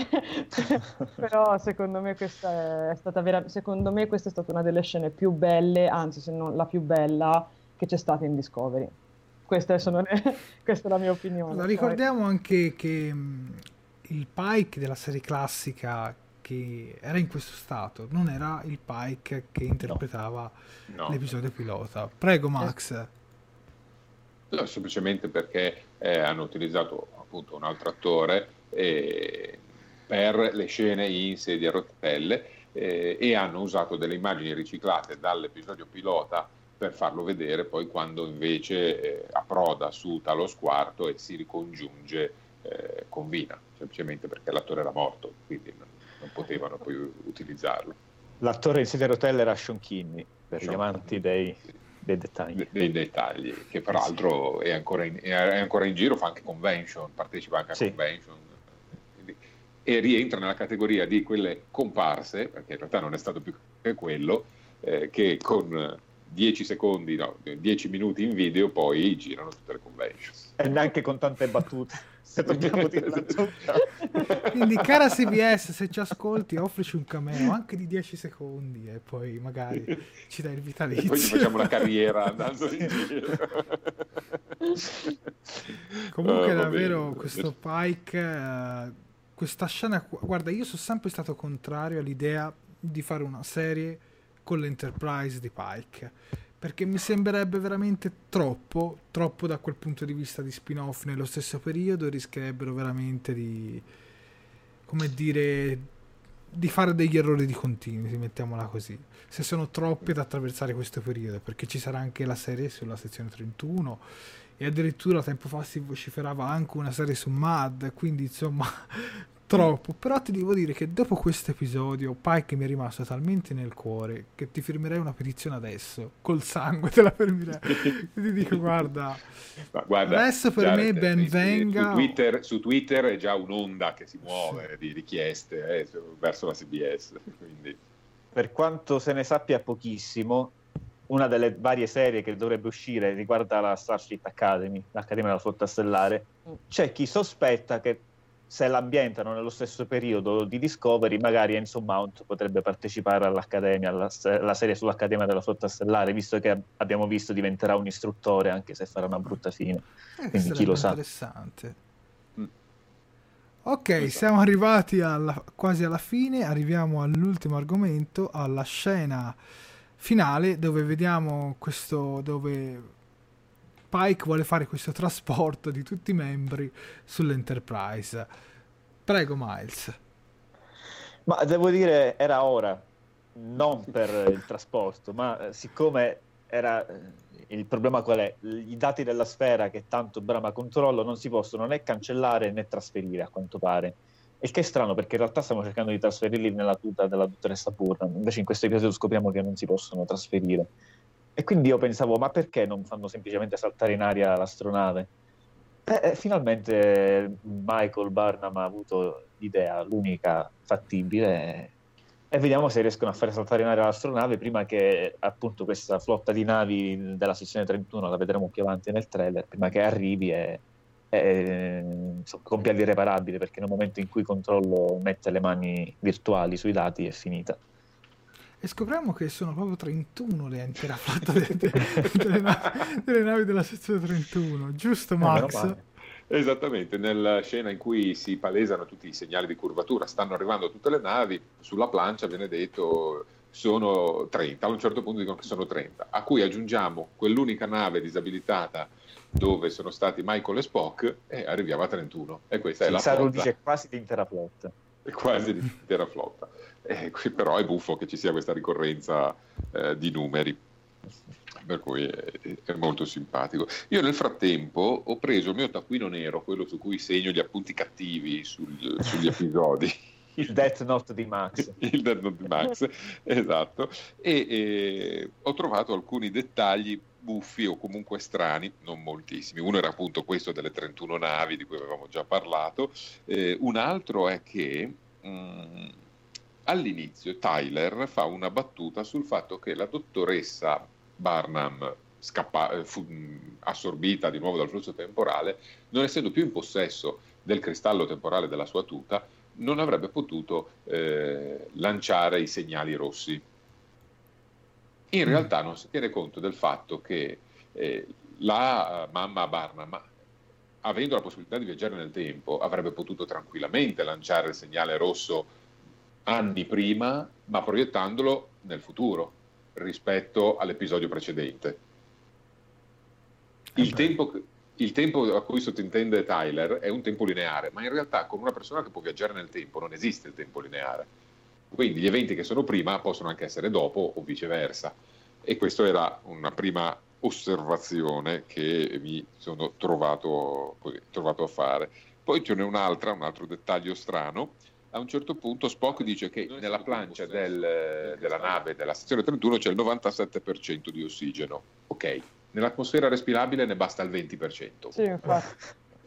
però secondo me questa è stata vera- secondo me questa è stata una delle scene più belle, anzi se non la più bella che c'è stata in Discovery. Queste sono le- questa è la mia opinione. Allora, Poi- ricordiamo anche che mh, il Pike della serie classica che era in questo stato, non era il Pike che interpretava no. l'episodio pilota. Prego Max. No, semplicemente perché eh, hanno utilizzato appunto un altro attore eh, per le scene in sedia a rotelle eh, e hanno usato delle immagini riciclate dall'episodio pilota per farlo vedere poi quando invece eh, approda su Talos Quarto e si ricongiunge eh, con Vina, semplicemente perché l'attore era morto, quindi non, non potevano poi utilizzarlo. L'attore in sedia a rotelle era Sean Kinney, per Sean gli amanti dei, dei dettagli. De, dei dettagli, che peraltro è ancora, in, è ancora in giro, fa anche convention, partecipa anche a sì. convention, quindi, e rientra nella categoria di quelle comparse, perché in realtà non è stato più che quello, eh, che con dieci secondi, no, dieci minuti in video poi girano tutte le convention. E neanche con tante battute, se dobbiamo dirla tutta. Quindi cara C B S, se ci ascolti offrici un cameo anche di dieci secondi e poi magari ci dai il vitalizio. E poi ci facciamo una carriera andando in giro. Comunque oh, davvero bene. Questo Pike, uh, questa scena, guarda, io sono sempre stato contrario all'idea di fare una serie con l'Enterprise di Pike, perché mi sembrerebbe veramente troppo, troppo da quel punto di vista di spin-off nello stesso periodo, e rischierebbero veramente di, come dire, di fare degli errori di continuity, mettiamola così, se sono troppi ad attraversare questo periodo, perché ci sarà anche la serie sulla sezione trentuno e addirittura tempo fa si vociferava anche una serie su Mad, quindi insomma troppo. Però ti devo dire che dopo questo episodio Pike mi è rimasto talmente nel cuore che ti firmerei una petizione adesso, col sangue te la firmerei. Quindi dico guarda, guarda adesso per me ben venga. Su Twitter, su Twitter è già un'onda che si muove sì. di richieste eh, verso la C B S, quindi. Per quanto se ne sappia pochissimo, una delle varie serie che dovrebbe uscire riguarda la Starfleet Academy, l'Accademia della Flotta Stellare. C'è chi sospetta che se l'ambientano nello stesso periodo di Discovery, magari Anson Mount potrebbe partecipare all'Accademia, alla, alla serie sull'Accademia della Flotta Stellare, visto che abbiamo visto diventerà un istruttore, anche se farà una brutta fine. Eh, Quindi chi lo sa. Interessante. Mm. Ok, siamo arrivati alla, quasi alla fine, arriviamo all'ultimo argomento, alla scena finale dove vediamo questo, dove Pike vuole fare questo trasporto di tutti i membri sull'Enterprise. Prego Miles. Ma devo dire era ora, non per il trasporto, ma siccome era il problema qual è? I dati della sfera che tanto brama controllo non si possono né cancellare né trasferire, a quanto pare. Il che è strano, perché in realtà stiamo cercando di trasferirli nella tuta della dottoressa Burnham, invece in questo episodio scopriamo che non si possono trasferire. E quindi io pensavo, ma perché non fanno semplicemente saltare in aria l'astronave? E finalmente Michael Burnham ha avuto l'idea, l'unica fattibile, e vediamo se riescono a fare saltare in aria l'astronave prima che appunto questa flotta di navi della sezione trentuno, la vedremo più avanti nel trailer, prima che arrivi e, e insomma, compia l'irreparabile, perché nel momento in cui Controllo mette le mani virtuali sui dati è finita. E scopriamo che sono proprio trentuno le intera flotta delle, delle, navi, delle navi della sezione trentuno, giusto Max? Eh, Esattamente, nella scena in cui si palesano tutti i segnali di curvatura, stanno arrivando tutte le navi, sulla plancia viene detto sono trenta, a un certo punto dicono che sono trenta, a cui aggiungiamo quell'unica nave disabilitata dove sono stati Michael e Spock e arriviamo a trentuno, e questa sì, è la flotta. Dice quasi l'intera flotta. Quasi l'intera flotta. Eh, qui però è buffo che ci sia questa ricorrenza eh, di numeri, per cui è, è molto simpatico. Io nel frattempo ho preso il mio taccuino nero, quello su cui segno gli appunti cattivi sul, sugli episodi. Il Death Note di Max. Il Death Note di Max, esatto. E, e ho trovato alcuni dettagli buffi o comunque strani, non moltissimi. Uno era appunto questo delle trentuno navi di cui avevamo già parlato. Eh, un altro è che mh, all'inizio Tyler fa una battuta sul fatto che la dottoressa Burnham, scappa, fu, assorbita di nuovo dal flusso temporale, non essendo più in possesso del cristallo temporale della sua tuta, non avrebbe potuto eh, lanciare i segnali rossi. In mm. realtà non si tiene conto del fatto che eh, la mamma Burnham avendo la possibilità di viaggiare nel tempo, avrebbe potuto tranquillamente lanciare il segnale rosso anni prima, ma proiettandolo nel futuro rispetto all'episodio precedente. Il tempo, il tempo a cui sottintende Tyler è un tempo lineare, ma in realtà con una persona che può viaggiare nel tempo non esiste il tempo lineare. Quindi gli eventi che sono prima possono anche essere dopo o viceversa. E questa era una prima osservazione che mi sono trovato, così, trovato a fare. Poi ce n'è un'altra, un altro dettaglio strano. A un certo punto Spock dice che nella plancia del, della nave della sezione trentuno c'è il novantasette per cento di ossigeno. Ok, nell'atmosfera respirabile ne basta il venti per cento. Sì, infatti.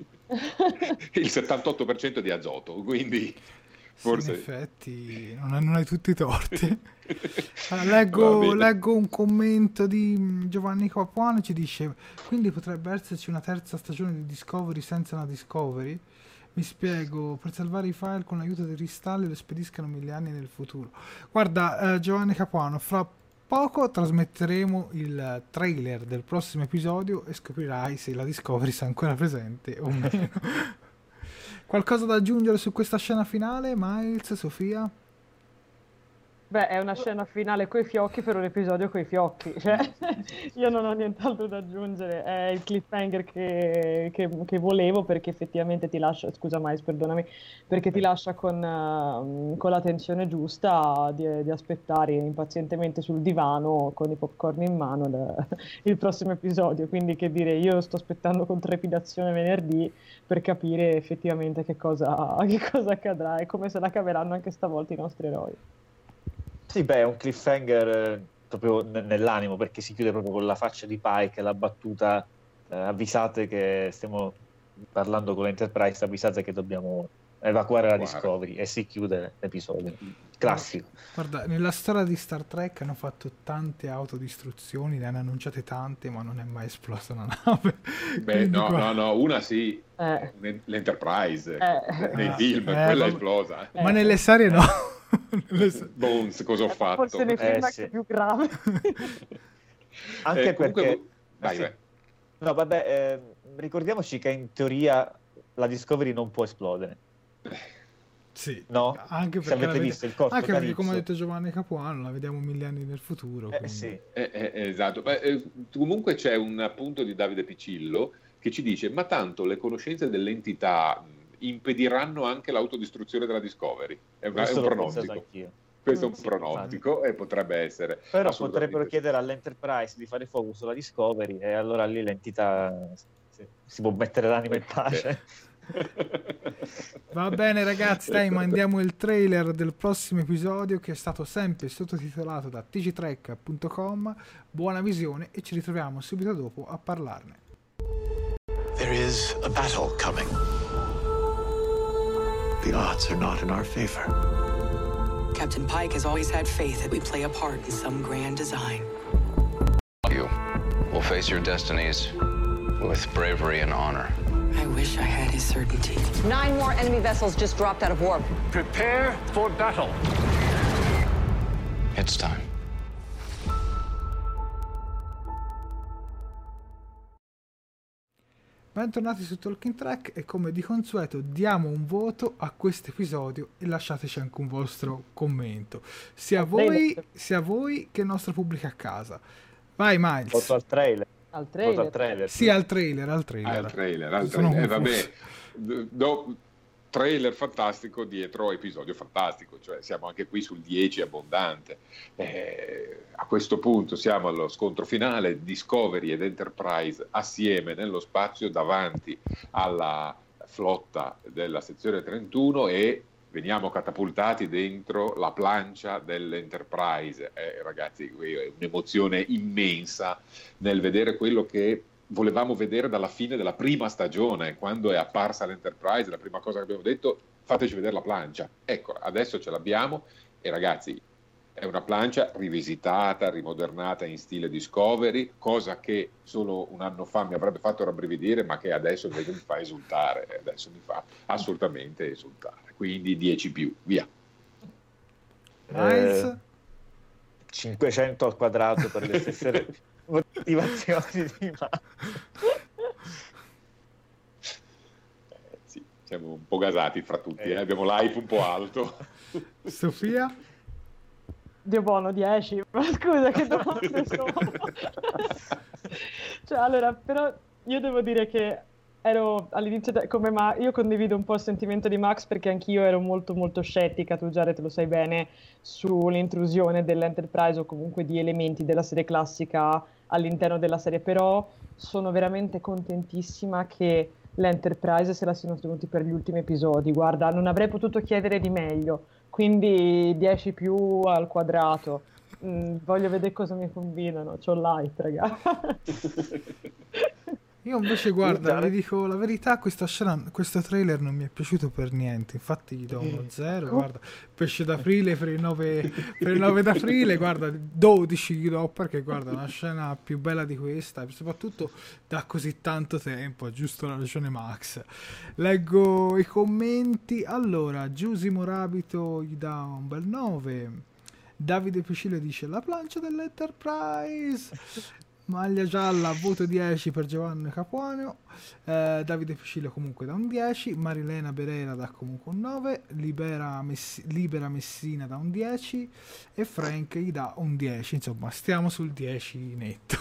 Il settantotto per cento di azoto, quindi forse... Sì, in effetti non, non hai tutti i torti. Allora, leggo, leggo un commento di Giovanni Capuano, ci dice: quindi potrebbe esserci una terza stagione di Discovery senza una Discovery? Mi spiego, per salvare i file con l'aiuto dei cristalli lo spediscano mille anni nel futuro. Guarda, eh, Giovanni Capuano, fra poco trasmetteremo il trailer del prossimo episodio e scoprirai se la Discovery sia ancora presente o meno. Qualcosa da aggiungere su questa scena finale, Miles, Sofia? Beh, è una scena finale coi fiocchi per un episodio coi fiocchi, cioè io non ho nient'altro da aggiungere, è il cliffhanger che, che, che volevo, perché effettivamente ti lascia, scusa Miles, perdonami, perché ti lascia con, uh, con la tensione giusta di, di aspettare impazientemente sul divano con i popcorn in mano il, il prossimo episodio, quindi che dire, io sto aspettando con trepidazione venerdì per capire effettivamente che cosa, che cosa accadrà e come se la caveranno anche stavolta i nostri eroi. Sì, beh, è un cliffhanger eh, proprio n- nell'animo, perché si chiude proprio con la faccia di Pike, la battuta eh, avvisate che stiamo parlando con l'Enterprise, avvisate che dobbiamo evacuare la Guarda. Discovery, e si chiude l'episodio. Classico. Guarda, nella storia di Star Trek hanno fatto tante autodistruzioni, ne hanno annunciate tante, ma non è mai esplosa una nave. Beh, Quindi no, qua- no, no, una sì, Eh. l'Enterprise, Eh. nei Ah, film, eh, quella è ma- esplosa. Ma nelle serie no. Nelle se- Bones, cosa ho fatto? Forse nei film Eh, è anche sì. più grave. Anche Eh, comunque- perché... Vai, sì. vai. No, vabbè, eh, ricordiamoci che in teoria la Discovery non può esplodere. Sì, No? anche Se perché, avete la vede- visto il corto anche perché Calypso. come ha detto Giovanni Capuano, la vediamo mille anni nel futuro. Eh, quindi- sì. Eh, eh, esatto. Beh, eh, comunque c'è un appunto di Davide Piccillo che ci dice: ma tanto le conoscenze dell'entità mh, impediranno anche l'autodistruzione della Discovery. È, una- è Questo un l'ho pensato pronostico. anch'io. Questo è un Sì, pronostico e potrebbe essere. Però assolutamente potrebbero sì. chiedere all'Enterprise di fare fuoco sulla Discovery, e allora lì l'entità si, si può mettere l'anima in pace. Va bene ragazzi, dai, mandiamo il trailer del prossimo episodio, che è stato sempre sottotitolato da t g trek punto com. Buona visione e ci ritroviamo subito dopo a parlarne. There is a battle coming. The odds are not in our favor. Captain Pike has always had faith that we play a part in some grand design. You will face your destinies with bravery and honor. I wish I had his certainty. Nine more enemy vessels just dropped out of warp. Prepare for battle. It's time. Bentornati su Talking Track e come di consueto diamo un voto a questo episodio e lasciateci anche un vostro commento, sia voi, sia voi che il nostro pubblico a casa. Vai Miles. Voto al trailer. Al Voto trailer. al trailer. Sì, al trailer, al trailer. Al trailer, al Sono trailer. Eh, confuso. vabbè, do- trailer fantastico dietro episodio fantastico, cioè siamo anche qui sul dieci abbondante. Eh, a questo punto siamo allo scontro finale, Discovery ed Enterprise assieme nello spazio davanti alla flotta della sezione trentuno e veniamo catapultati dentro la plancia dell'Enterprise. Eh, ragazzi, è un'emozione immensa nel vedere quello che volevamo vedere dalla fine della prima stagione, quando è apparsa l'Enterprise. La prima cosa che abbiamo detto: fateci vedere la plancia. Ecco, adesso ce l'abbiamo e ragazzi, è una plancia rivisitata, rimodernata in stile Discovery, cosa che solo un anno fa mi avrebbe fatto rabbrividire, ma che adesso invece mi fa esultare, adesso mi fa assolutamente esultare. Quindi dieci più, via. Miles? Eh, cinquecento al quadrato per le stesse motivazioni di Max. siamo un po' gasati fra tutti, eh? Abbiamo l'hype un po' alto. Sofia? Dio buono, dieci, ma scusa che domande sono? Cioè, allora, però io devo dire che ero all'inizio, de- come ma io condivido un po' il sentimento di Max, perché anch'io ero molto molto scettica, tu Jared lo sai bene, sull'intrusione dell'Enterprise o comunque di elementi della serie classica all'interno della serie, però sono veramente contentissima che l'Enterprise se la siano tenuti per gli ultimi episodi. Guarda, non avrei potuto chiedere di meglio, quindi dieci più al quadrato. Mm, voglio vedere cosa mi combinano, c'ho l'hype, raga. Io invece, guarda, vi dico la verità, questa scena, questo trailer non mi è piaciuto per niente, infatti gli do uno zero, guarda, pesce d'aprile per il nove, per il nove d'aprile, guarda, dodici gli do, perché guarda, una scena più bella di questa, e soprattutto da così tanto tempo, ha giusto la ragione Max. Leggo i commenti. Allora, Giusimo Rabito gli dà un bel nove, Davide Piscile dice la plancia dell'Enterprise, maglia gialla, voto dieci per Giovanni Capuano, eh, Davide Piscile comunque da un dieci, Marilena Berera dà comunque un nove, Libera, Messi- Libera Messina da un dieci e Frank gli dà un dieci, insomma stiamo sul dieci netto.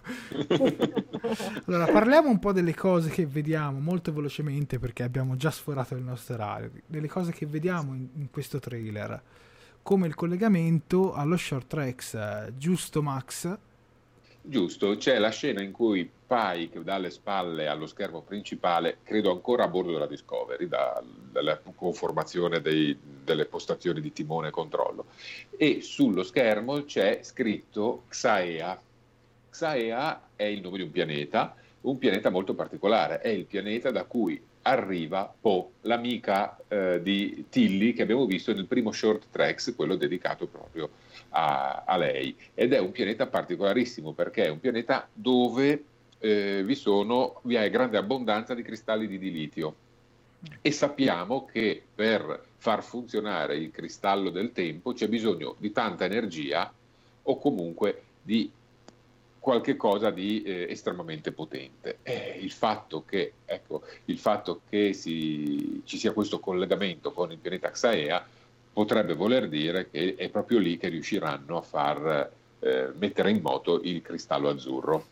Allora parliamo un po' delle cose che vediamo molto velocemente, perché abbiamo già sforato il nostro orario, delle cose che vediamo in, in questo trailer, come il collegamento allo Short Tracks, eh, giusto Max? Giusto, c'è la scena in cui Pike dà le spalle allo schermo principale, credo ancora a bordo della Discovery, da, dalla conformazione dei, delle postazioni di timone e controllo, e sullo schermo c'è scritto Xaea. Xaea è il nome di un pianeta, un pianeta molto particolare, è il pianeta da cui arriva Po, l'amica eh, di Tilly che abbiamo visto nel primo Short Tracks, quello dedicato proprio a, a lei, ed è un pianeta particolarissimo perché è un pianeta dove eh, vi sono vi è grande abbondanza di cristalli di dilitio, e sappiamo che per far funzionare il cristallo del tempo c'è bisogno di tanta energia o comunque di qualche cosa di eh, estremamente potente. Eh, il fatto che, ecco, il fatto che si, ci sia questo collegamento con il pianeta Xaea potrebbe voler dire che è proprio lì che riusciranno a far eh, mettere in moto il cristallo azzurro.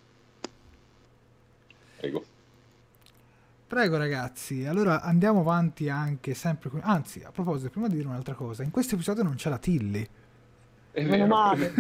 Prego. Prego ragazzi, allora andiamo avanti anche sempre con... Anzi, a proposito, prima di dire un'altra cosa, in questo episodio non c'è la Tilly. È Meno male.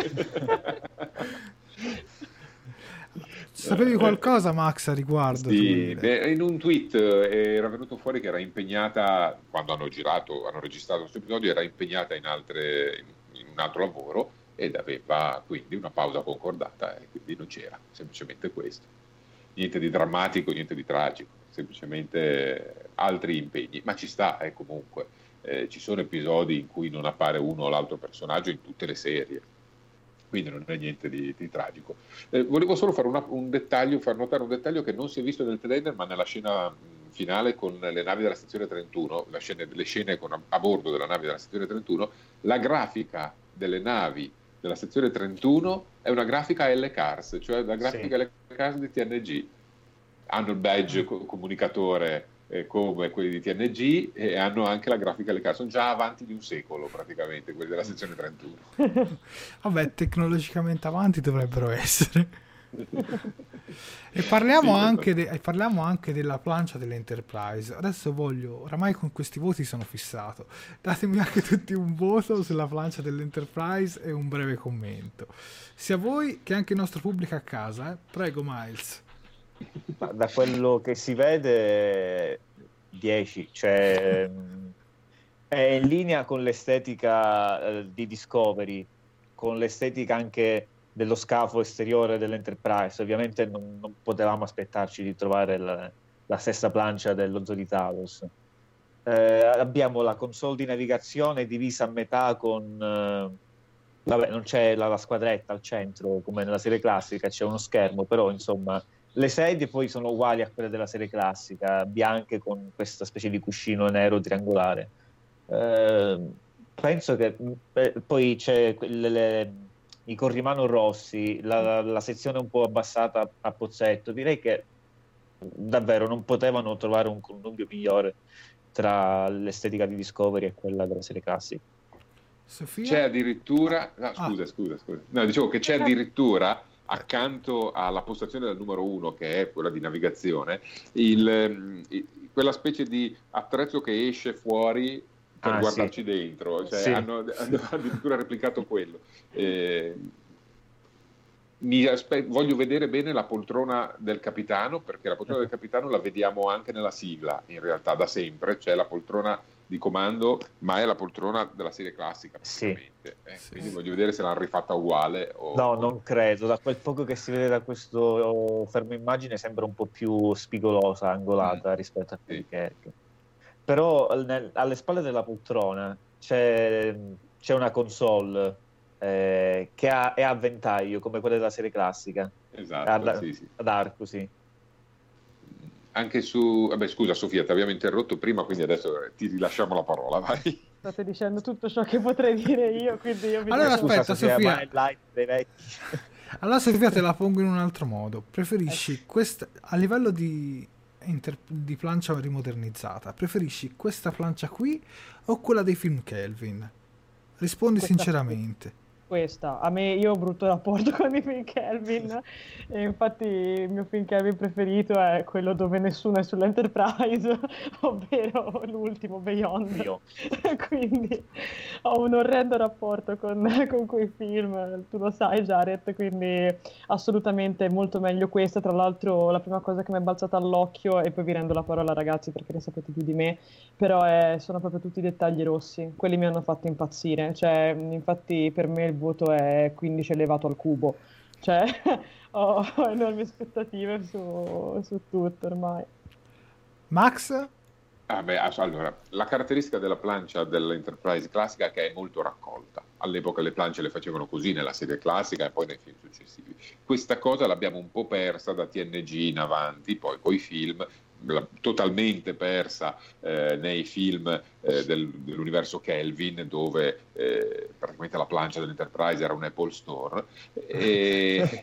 Sapevi qualcosa, Max, a riguardo? Sì, beh, in un tweet eh, era venuto fuori che era impegnata, quando hanno girato, hanno registrato questo episodio, era impegnata in, altre, in un altro lavoro ed aveva quindi una pausa concordata e quindi non c'era, semplicemente questo. Niente di drammatico, niente di tragico, semplicemente altri impegni, ma ci sta, eh, comunque. Eh, ci sono episodi in cui non appare uno o l'altro personaggio in tutte le serie, quindi non è niente di, di tragico. Eh, volevo solo fare una, un dettaglio, far notare un dettaglio che non si è visto nel trailer, ma nella scena mh, finale con le navi della stazione trentuno, la scena, le scene con, a, a bordo della nave della stazione trentuno, la grafica delle navi della stazione trentuno è una grafica L CARS, cioè la grafica sì. L CARS di T N G. Hanno il badge co- comunicatore eh, come quelli di T N G e hanno anche la grafica L CARS, sono già avanti di un secolo praticamente quelli della sezione trentuno. Vabbè, tecnologicamente avanti dovrebbero essere. E parliamo, sì, anche de- parliamo anche della plancia dell'Enterprise. Adesso voglio, oramai con questi voti sono fissato, datemi anche tutti un voto sulla plancia dell'Enterprise e un breve commento, sia voi che anche il nostro pubblico a casa, eh? Prego Miles. Da quello che si vede dieci, cioè è in linea con l'estetica eh, di Discovery, con l'estetica anche dello scafo esteriore dell'Enterprise. Ovviamente non, non potevamo aspettarci di trovare la, la stessa plancia dello Zoo di Talos. Eh, abbiamo la console di navigazione divisa a metà con eh, vabbè, non c'è la, la squadretta al centro come nella serie classica, c'è uno schermo, però insomma le sedie poi sono uguali a quelle della serie classica, bianche con questa specie di cuscino nero triangolare. Eh, penso che eh, poi c'è le, le, i corrimano rossi, la, la, la sezione un po' abbassata a pozzetto. Direi che davvero non potevano trovare un connubio migliore tra l'estetica di Discovery e quella della serie classica. Sofia? C'è addirittura no, scusa, ah. scusa, scusa. No, dicevo che c'è addirittura accanto alla postazione del numero uno, che è quella di navigazione, il, il, quella specie di attrezzo che esce fuori per ah, guardarci sì. dentro, cioè, sì. hanno, hanno addirittura replicato quello. Eh, mi aspe- voglio vedere bene la poltrona del capitano, perché la poltrona del capitano la vediamo anche nella sigla, in realtà da sempre c'è la poltrona di comando, ma è la poltrona della serie classica, sì. eh, sì. Quindi voglio vedere se l'hanno rifatta uguale o... no, non credo, da quel poco che si vede da questo fermo immagine sembra un po' più spigolosa, angolata mm. rispetto a quelli sì. che però nel, alle spalle della poltrona c'è, c'è una console eh, che ha, è a ventaglio come quella della serie classica, esatto, ad, sì, sì. ad arco, sì. Anche su... Vabbè, scusa Sofia, ti abbiamo interrotto prima, quindi adesso ti rilasciamo la parola, vai. State dicendo tutto ciò che potrei dire io, quindi io vi allora dico... aspetta Scusa, Sofia, Sofia. Dei vecchi. Allora Sofia te la pongo in un altro modo. Preferisci questa, a livello di, inter... di plancia rimodernizzata, preferisci questa plancia qui o quella dei film Kelvin? Rispondi questa sinceramente. Qui. Questa, a me, io ho brutto rapporto con i film Kelvin e infatti il mio film Kelvin preferito è quello dove nessuno è sull'Enterprise, ovvero l'ultimo, Beyond. Io. Quindi ho un orrendo rapporto con, con quei film, tu lo sai Jared, quindi assolutamente molto meglio questa. Tra l'altro la prima cosa che mi è balzata all'occhio, e poi vi rendo la parola ragazzi perché ne sapete più di me, però è, sono proprio tutti i dettagli rossi, quelli mi hanno fatto impazzire, cioè infatti per me il voto è quindici elevato al cubo, cioè ho, ho enormi aspettative su, su tutto ormai. Max? Ah beh, allora, la caratteristica della plancia dell'Enterprise classica è che è molto raccolta. All'epoca le plance le facevano così nella serie classica e poi nei film successivi. Questa cosa l'abbiamo un po' persa da T N G in avanti, poi coi film, totalmente persa eh, nei film eh, del, dell'universo Kelvin, dove eh, praticamente la plancia dell'Enterprise era un Apple Store e,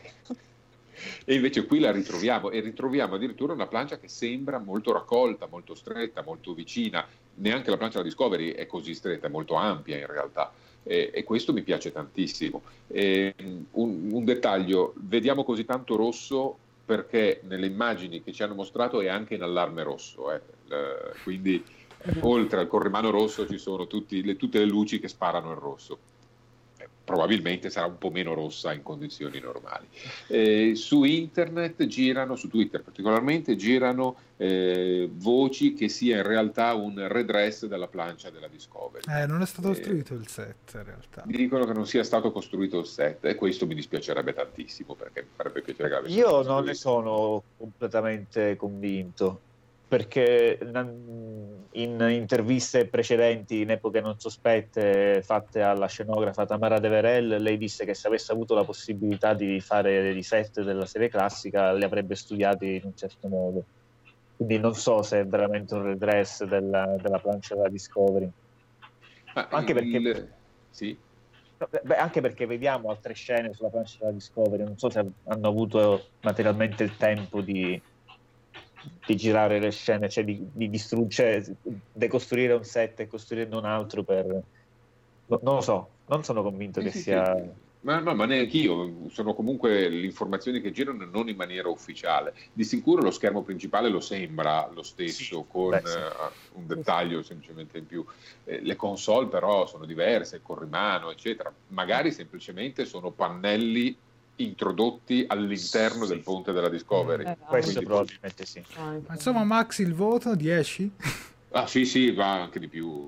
e invece qui la ritroviamo e ritroviamo addirittura una plancia che sembra molto raccolta, molto stretta, molto vicina. Neanche la plancia della Discovery è così stretta, è molto ampia in realtà. E, e questo mi piace tantissimo. E, un, un dettaglio, vediamo così tanto rosso perché nelle immagini che ci hanno mostrato è anche in allarme rosso, eh. eh, quindi oltre al corrimano rosso ci sono tutti le, tutte le luci che sparano il rosso. Eh, probabilmente sarà un po' meno rossa in condizioni normali. Eh, su internet girano, su Twitter particolarmente, girano eh, voci che sia in realtà un redress della plancia della Discovery. Eh, non è stato costruito eh, il set in realtà. Mi dicono che non sia stato costruito il set e questo mi dispiacerebbe tantissimo perché mi farebbe piacere che avesse io non ne sono completamente convinto, perché in interviste precedenti, in epoche non sospette, fatte alla scenografa Tamara Deverell, lei disse che se avesse avuto la possibilità di fare i set della serie classica li avrebbe studiati in un certo modo. Quindi non so se è veramente un redress della, della plancia della Discovery. Ah, anche perché il... sì. Beh, anche perché vediamo altre scene sulla plancia della Discovery, non so se hanno avuto materialmente il tempo di, di girare le scene, cioè di, di distruggere, cioè, decostruire un set e costruirne un altro per... No, non lo so, non sono convinto sì, che sì, sia... Sì. Ma, no, ma neanche io, sono comunque le informazioni che girano non in maniera ufficiale. Di sicuro lo schermo principale lo sembra lo stesso, sì, con beh, sì. uh, un dettaglio semplicemente in più. Eh, le console però sono diverse, il corrimano, eccetera. Magari semplicemente sono pannelli introdotti all'interno sì. del ponte della Discovery. Eh, questo probabilmente sì. Ma insomma, Max, il voto dieci? Ah sì, sì, va anche di più.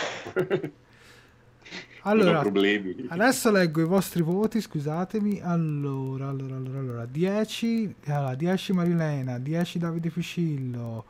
Allora, adesso leggo i vostri voti, scusatemi. Allora, allora, allora, allora dieci, allora, dieci Marilena, dieci Davide Piscillo.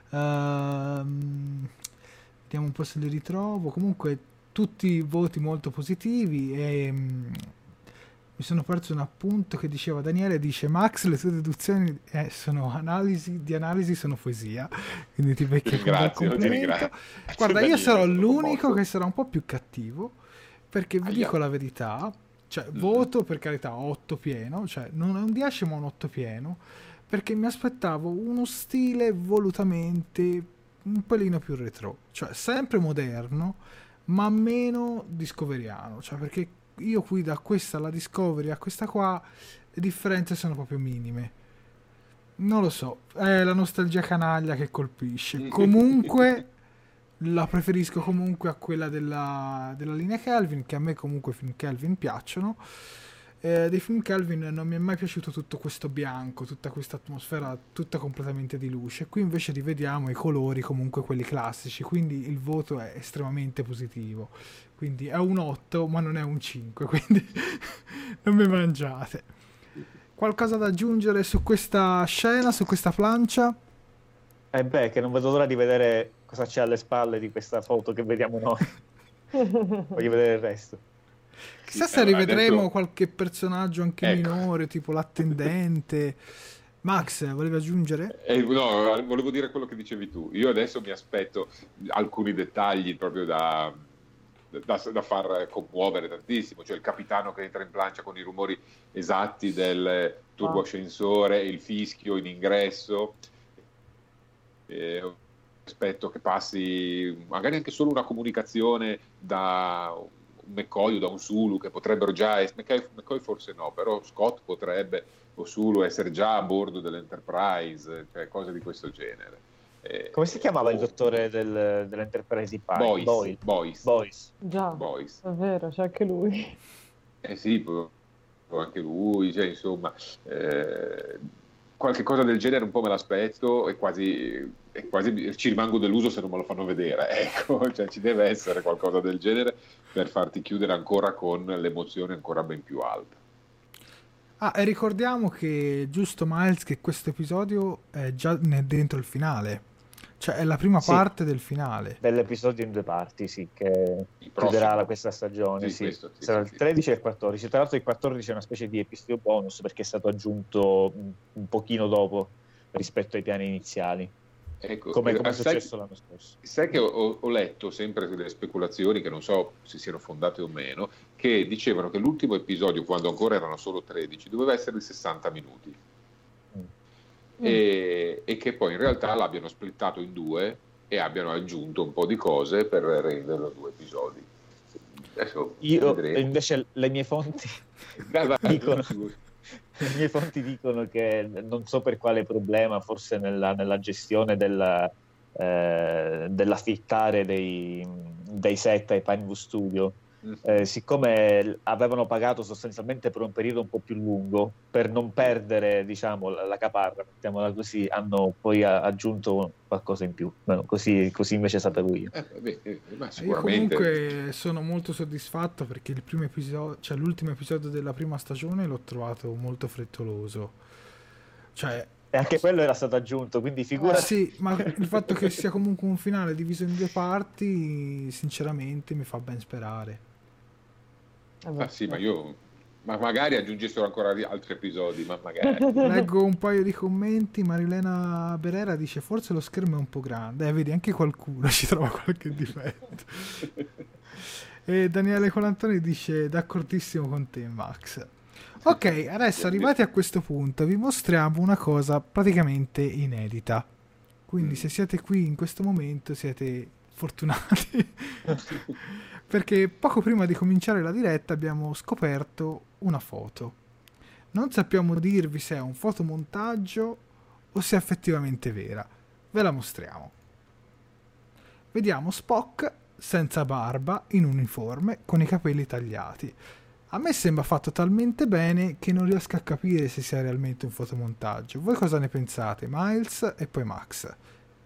Ehm, vediamo un po' se li ritrovo. Comunque, tutti voti molto positivi. E um, mi sono perso un appunto che diceva Daniele, dice Max, le tue deduzioni eh, sono analisi, di analisi sono poesia, quindi ti becchi un bel complimento. Guarda, io sarò l'unico che sarà un po' più cattivo, perché vi dico la verità, cioè voto per carità otto pieno, cioè non è un dieci ma un otto pieno, perché mi aspettavo uno stile volutamente un pelino più retro, cioè sempre moderno ma meno discoveriano, cioè perché io qui da questa alla Discovery a questa qua le differenze sono proprio minime. Non lo so, è la nostalgia canaglia che colpisce. Comunque la preferisco comunque a quella della, della linea Kelvin, che a me comunque i film Kelvin piacciono. Eh, dei film Kelvin non mi è mai piaciuto tutto questo bianco, tutta questa atmosfera tutta completamente di luce. Qui invece rivediamo i colori comunque quelli classici, quindi il voto è estremamente positivo. Quindi è un otto ma non è un cinque, quindi non mi mangiate. Qualcosa da aggiungere su questa scena, su questa plancia? Eh beh, che non vedo l'ora di vedere cosa c'è alle spalle di questa foto che vediamo noi. Voglio vedere il resto. Chissà se rivedremo detto... qualche personaggio anche ecco. minore, tipo l'attendente. Max, volevi aggiungere? Eh, no, volevo dire quello che dicevi tu. Io adesso mi aspetto alcuni dettagli proprio da, da, da far commuovere tantissimo. Cioè il capitano che entra in plancia con i rumori esatti del turboascensore, il fischio in ingresso. Eh, aspetto che passi magari anche solo una comunicazione da un McCoy o da un Sulu, che potrebbero già McCoy, McCoy forse no, però Scott potrebbe o Sulu essere già a bordo dell'Enterprise, cioè cose di questo genere. Eh, come si chiamava oh, il dottore del, dell'Enterprise di Pike? Boyce. Boyce. Boyce. Boyce. Già, Boyce. è vero, c'è anche lui. Eh sì, anche lui, cioè insomma eh, qualche cosa del genere un po' me l'aspetto e quasi, e quasi ci rimango deluso se non me lo fanno vedere, ecco, cioè ci deve essere qualcosa del genere per farti chiudere ancora con l'emozione ancora ben più alta. Ah, e ricordiamo che giusto Miles che questo episodio è già dentro il finale, cioè è la prima sì, parte del finale dell'episodio in due parti, sì, che chiuderà la, questa stagione, sì, sì. Questo, sì, sarà sì, il tredici sì. e il quattordici. Tra l'altro il quattordici è una specie di episodio bonus perché è stato aggiunto un pochino dopo rispetto ai piani iniziali, ecco, come, come è successo sai, l'anno scorso. Sai che ho, ho letto sempre delle speculazioni che non so se siano fondate o meno, che dicevano che l'ultimo episodio, quando ancora erano solo tredici, doveva essere di sessanta minuti. E, e che poi in realtà l'abbiano splittato in due e abbiano aggiunto un po' di cose per renderlo due episodi. Adesso io vedremo. Invece le mie fonti dai, vai, dicono, le mie fonti dicono che non so per quale problema, forse nella, nella gestione della, eh, dell'affittare dei, dei set ai Pinewood Studio, Eh, siccome avevano pagato sostanzialmente per un periodo un po' più lungo per non perdere, diciamo, la, la caparra, mettiamola così, hanno poi a, aggiunto qualcosa in più. Bueno, così, così invece sapevo io. Eh, beh, eh, ma sicuramente... Io comunque sono molto soddisfatto perché il primo episodio, cioè l'ultimo episodio della prima stagione l'ho trovato molto frettoloso. Cioè e anche quello era stato aggiunto, quindi figura. Sì, ma il fatto che sia comunque un finale diviso in due parti, sinceramente mi fa ben sperare. Ah, sì, ma io ma magari aggiungessero ancora altri episodi, ma magari. Leggo un paio di commenti. Marilena Berera dice forse lo schermo è un po' grande, eh, vedi anche qualcuno ci trova qualche difetto. E Daniele Colantoni dice d'accordissimo con te, Max. Ok, adesso arrivati a questo punto vi mostriamo una cosa praticamente inedita, quindi se siete qui in questo momento siete fortunati perché poco prima di cominciare la diretta abbiamo scoperto una foto. Non sappiamo dirvi se è un fotomontaggio o se è effettivamente vera. Ve la mostriamo. Vediamo Spock senza barba, in uniforme, con i capelli tagliati. A me sembra fatto talmente bene che non riesco a capire se sia realmente un fotomontaggio. Voi cosa ne pensate? Miles e poi Max.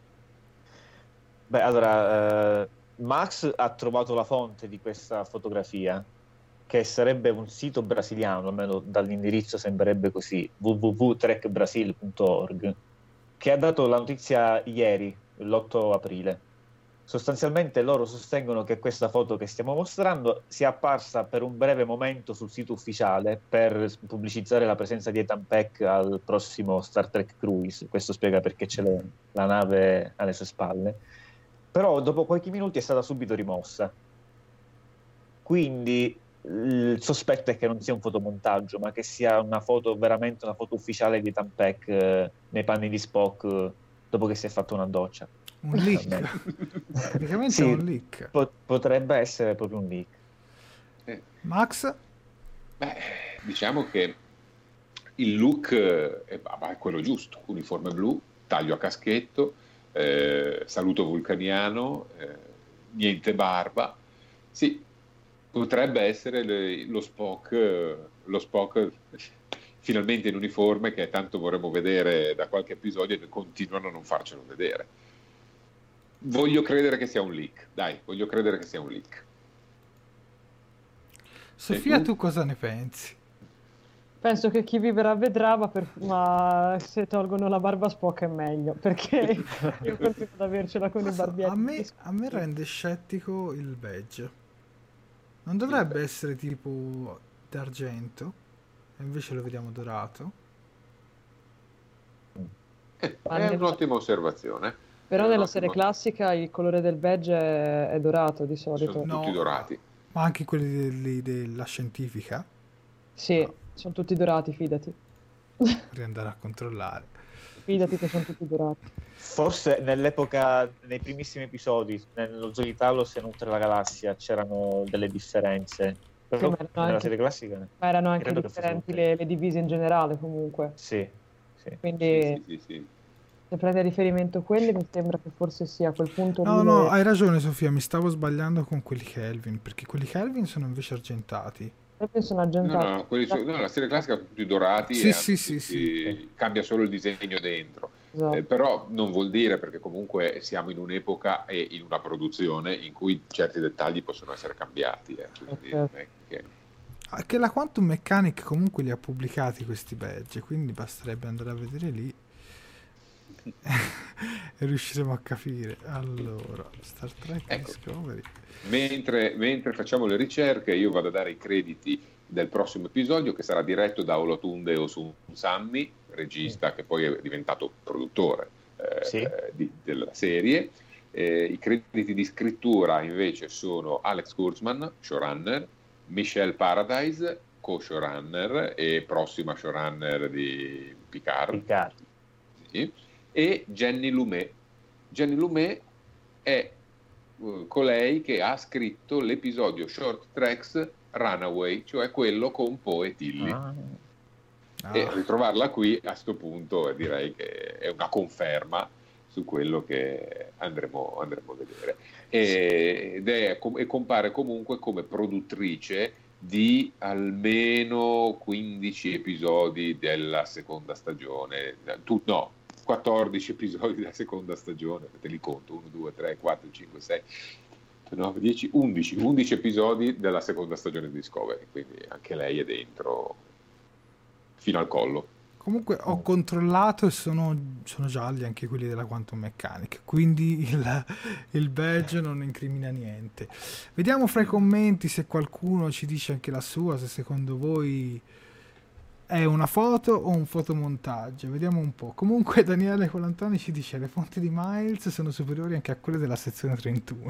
Beh, allora... Uh... Max ha trovato la fonte di questa fotografia, che sarebbe un sito brasiliano, almeno dall'indirizzo sembrerebbe così, w w w punto trek brasil punto org, che ha dato la notizia ieri, l'otto aprile. Sostanzialmente loro sostengono che questa foto che stiamo mostrando sia apparsa per un breve momento sul sito ufficiale per pubblicizzare la presenza di Ethan Peck al prossimo Star Trek Cruise. Questo spiega perché c'è le, la nave alle sue spalle. Però dopo qualche minuti è stata subito rimossa. Quindi il sospetto è che non sia un fotomontaggio, ma che sia una foto, veramente una foto ufficiale di Ethan Peck eh, nei panni di Spock eh, dopo che si è fatto una doccia. Un leak. Praticamente sì, è un leak. Po- potrebbe essere proprio un leak. Eh. Max? Beh, diciamo che il look è, è quello giusto, uniforme blu, taglio a caschetto, eh, saluto vulcaniano, eh, niente barba. Sì, potrebbe essere le, lo Spock, lo Spock finalmente in uniforme, che tanto vorremmo vedere da qualche episodio e che continuano a non farcelo vedere. Voglio credere che sia un leak, dai, voglio credere che sia un leak. Sofia, tu? tu cosa ne pensi? Penso che chi vivrà vedrà, ma, per, ma se tolgono la barba Spock è meglio, perché io continuo ad avercela con i barbietti. A me, a me rende scettico il badge. Non dovrebbe essere tipo d'argento, e invece lo vediamo dorato. Eh, è un'ottima osservazione. Però nella serie classica il colore del badge è, è dorato di solito. Sono tutti no, dorati. Ma anche quelli de- della scientifica? Sì, no. Sono tutti dorati, fidati. Vorrei andare a controllare. Fidati che sono tutti dorati. Forse nell'epoca, nei primissimi episodi, nello Zoo di Talos e in Oltre la Galassia c'erano delle differenze. Però sì, nella anche, serie classica ma erano anche differenti le, le divise in generale comunque. Sì, sì. Quindi sì, sì, sì. se prende a riferimento quelli mi sembra che forse sia a quel punto. No, lì no, le... hai ragione Sofia, mi stavo sbagliando con quelli Kelvin, perché quelli Kelvin sono invece argentati. Sono argentati. No, no, quelli so, no, la serie classica sono tutti dorati sì, e sì, tutti, sì, sì. Cambia solo il disegno dentro. Esatto. Eh, però non vuol dire, perché comunque siamo in un'epoca e in una produzione in cui certi dettagli possono essere cambiati. Eh, quindi okay. non è che... Che la Quantum Mechanic comunque li ha pubblicati questi badge, quindi basterebbe andare a vedere lì e riusciremo a capire. Allora, Star Trek ecco. Discovery. Mentre, mentre facciamo le ricerche, io vado a dare i crediti del prossimo episodio, che sarà diretto da Olatunde Osunsanmi, regista che poi è diventato produttore eh, sì. di, della serie. Eh, I crediti di scrittura invece sono Alex Kurtzman, showrunner, Michelle Paradise, co-showrunner e prossima showrunner di Picard, Picard. Sì. E Jenny Lumet. Jenny Lumet è uh, colei che ha scritto l'episodio Short Tracks Runaway, cioè quello con Poe e Tilly. Ah. E Ah. ritrovarla qui a sto punto direi che è una conferma su quello che andremo, andremo a vedere. E, ed è, e compare comunque come produttrice di almeno quindici episodi della seconda stagione, tu, no, quattordici episodi della seconda stagione, te li conto, uno, due, tre, quattro, cinque, sei, nove, dieci, undici, undici episodi della seconda stagione di Discovery, quindi anche lei è dentro fino al collo. Comunque ho controllato e sono, sono gialli anche quelli della Quantum Mechanic, quindi il, il badge non incrimina niente. Vediamo fra i commenti se qualcuno ci dice anche la sua, se secondo voi è una foto o un fotomontaggio. Vediamo un po'. Comunque Daniele Colantoni ci dice le fonti di Miles sono superiori anche a quelle della sezione trentuno.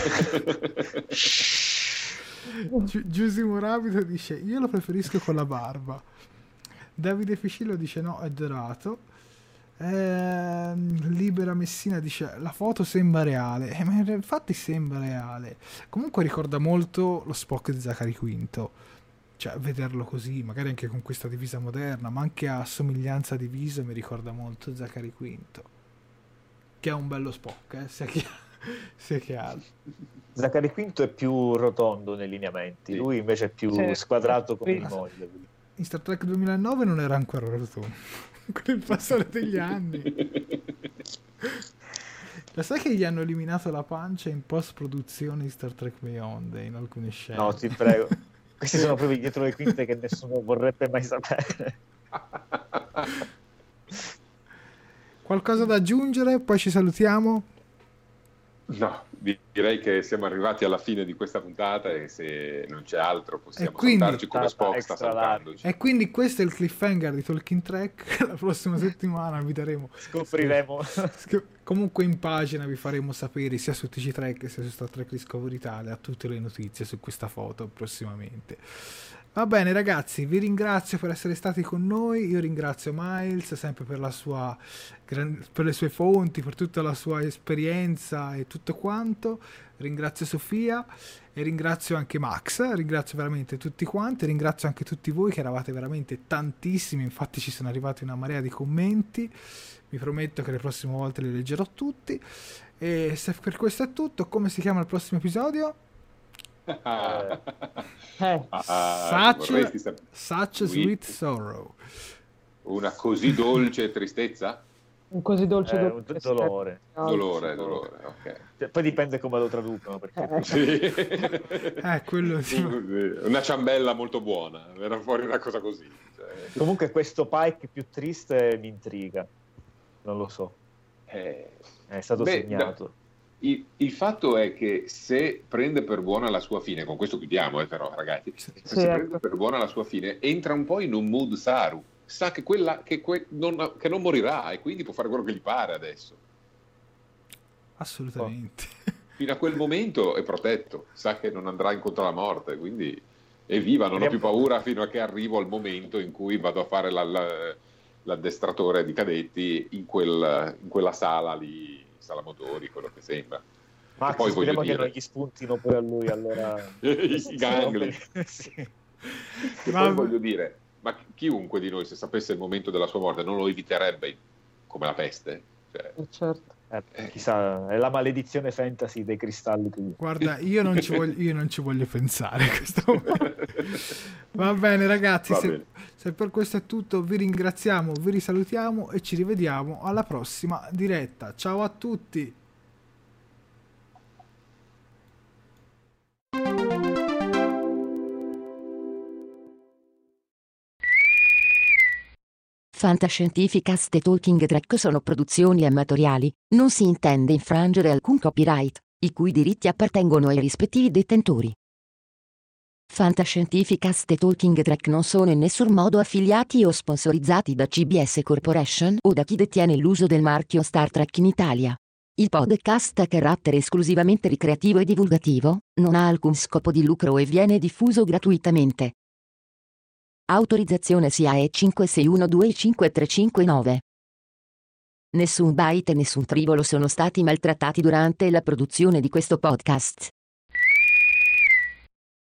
Gi- Giusimo Rapido dice io lo preferisco con la barba. Davide Ficillo dice no, è dorato. eh, Libera Messina dice la foto sembra reale, eh, ma infatti sembra reale. Comunque ricorda molto lo Spock di Zachary Quinto, cioè vederlo così, magari anche con questa divisa moderna, ma anche a somiglianza di viso mi ricorda molto Zachary Quinto, che è un bello Spock, eh, sia chiaro, sia chiaro. Zachary Quinto è più rotondo nei lineamenti, sì. Lui invece è più sì. squadrato come il moglio. In Star Trek duemilanove non era ancora rotondo con il passare degli anni. Lo sai che gli hanno eliminato la pancia in post produzione di Star Trek Beyond in alcune scene? No, ti prego. Questi sono proprio dietro le quinte che nessuno vorrebbe mai sapere. Qualcosa da aggiungere? Poi ci salutiamo? No, direi che siamo arrivati alla fine di questa puntata e se non c'è altro possiamo quindi, salutarci come Spock sta saltandoci. E quindi questo è il cliffhanger di Talking Track. La prossima settimana vi daremo, scopriremo comunque in pagina vi faremo sapere sia su T C Trek sia su Star Trek Discovery Italia tutte le notizie su questa foto prossimamente. Va bene ragazzi, vi ringrazio per essere stati con noi. Io ringrazio Miles sempre per la sua per le sue fonti, per tutta la sua esperienza e tutto quanto. Ringrazio Sofia e ringrazio anche Max, ringrazio veramente tutti quanti, ringrazio anche tutti voi che eravate veramente tantissimi, infatti ci sono arrivati una marea di commenti. Vi prometto che le prossime volte li leggerò tutti. E se per questo è tutto, come si chiama il prossimo episodio? Ah, such, sap- such a sweet sorrow. Una così dolce tristezza? Un così dolce eh, dolce dolore. Dolore, dolore, ok. Cioè, poi dipende come lo traducono. Perché... Eh. Sì. eh, quello sì. Una ciambella molto buona, era fuori una cosa così. Cioè... Comunque questo Pike più triste mi intriga. Non lo so. Eh... È stato Beh, segnato. Da... Il, il fatto è che se prende per buona la sua fine, con questo chiudiamo eh, però ragazzi, se sì, prende ecco. per buona la sua fine, entra un po' in un mood Saru, sa che, quella, che, que, non, che non morirà e quindi può fare quello che gli pare adesso. Assolutamente. Oh. Fino a quel momento è protetto, sa che non andrà incontro alla morte, quindi è viva, non ho più paura fino a che arrivo al momento in cui vado a fare la, la, l'addestratore di cadetti in, quel, in quella sala lì, sala motori, quello che sembra. Ma poi speriamo che dire... non gli spuntino pure a lui allora i gangli. Sì. E ma... poi voglio dire, ma chiunque di noi se sapesse il momento della sua morte non lo eviterebbe come la peste, cioè... certo. Eh, chissà, è la maledizione fantasy dei cristalli qui. Guarda, io non ci voglio, io non ci voglio pensare a questo. Va bene ragazzi, Va se, bene. se per questo è tutto vi ringraziamo, vi risalutiamo e ci rivediamo alla prossima diretta. Ciao a tutti. Fantascientificast e Talking Track sono produzioni amatoriali, non si intende infrangere alcun copyright, i cui diritti appartengono ai rispettivi detentori. Fantascientificast e Talking Track non sono in nessun modo affiliati o sponsorizzati da C B S Corporation o da chi detiene l'uso del marchio Star Trek in Italia. Il podcast ha carattere esclusivamente ricreativo e divulgativo, non ha alcun scopo di lucro e viene diffuso gratuitamente. Autorizzazione S I A E cinque sei uno due cinque tre cinque nove. Nessun byte e nessun tribolo sono stati maltrattati durante la produzione di questo podcast.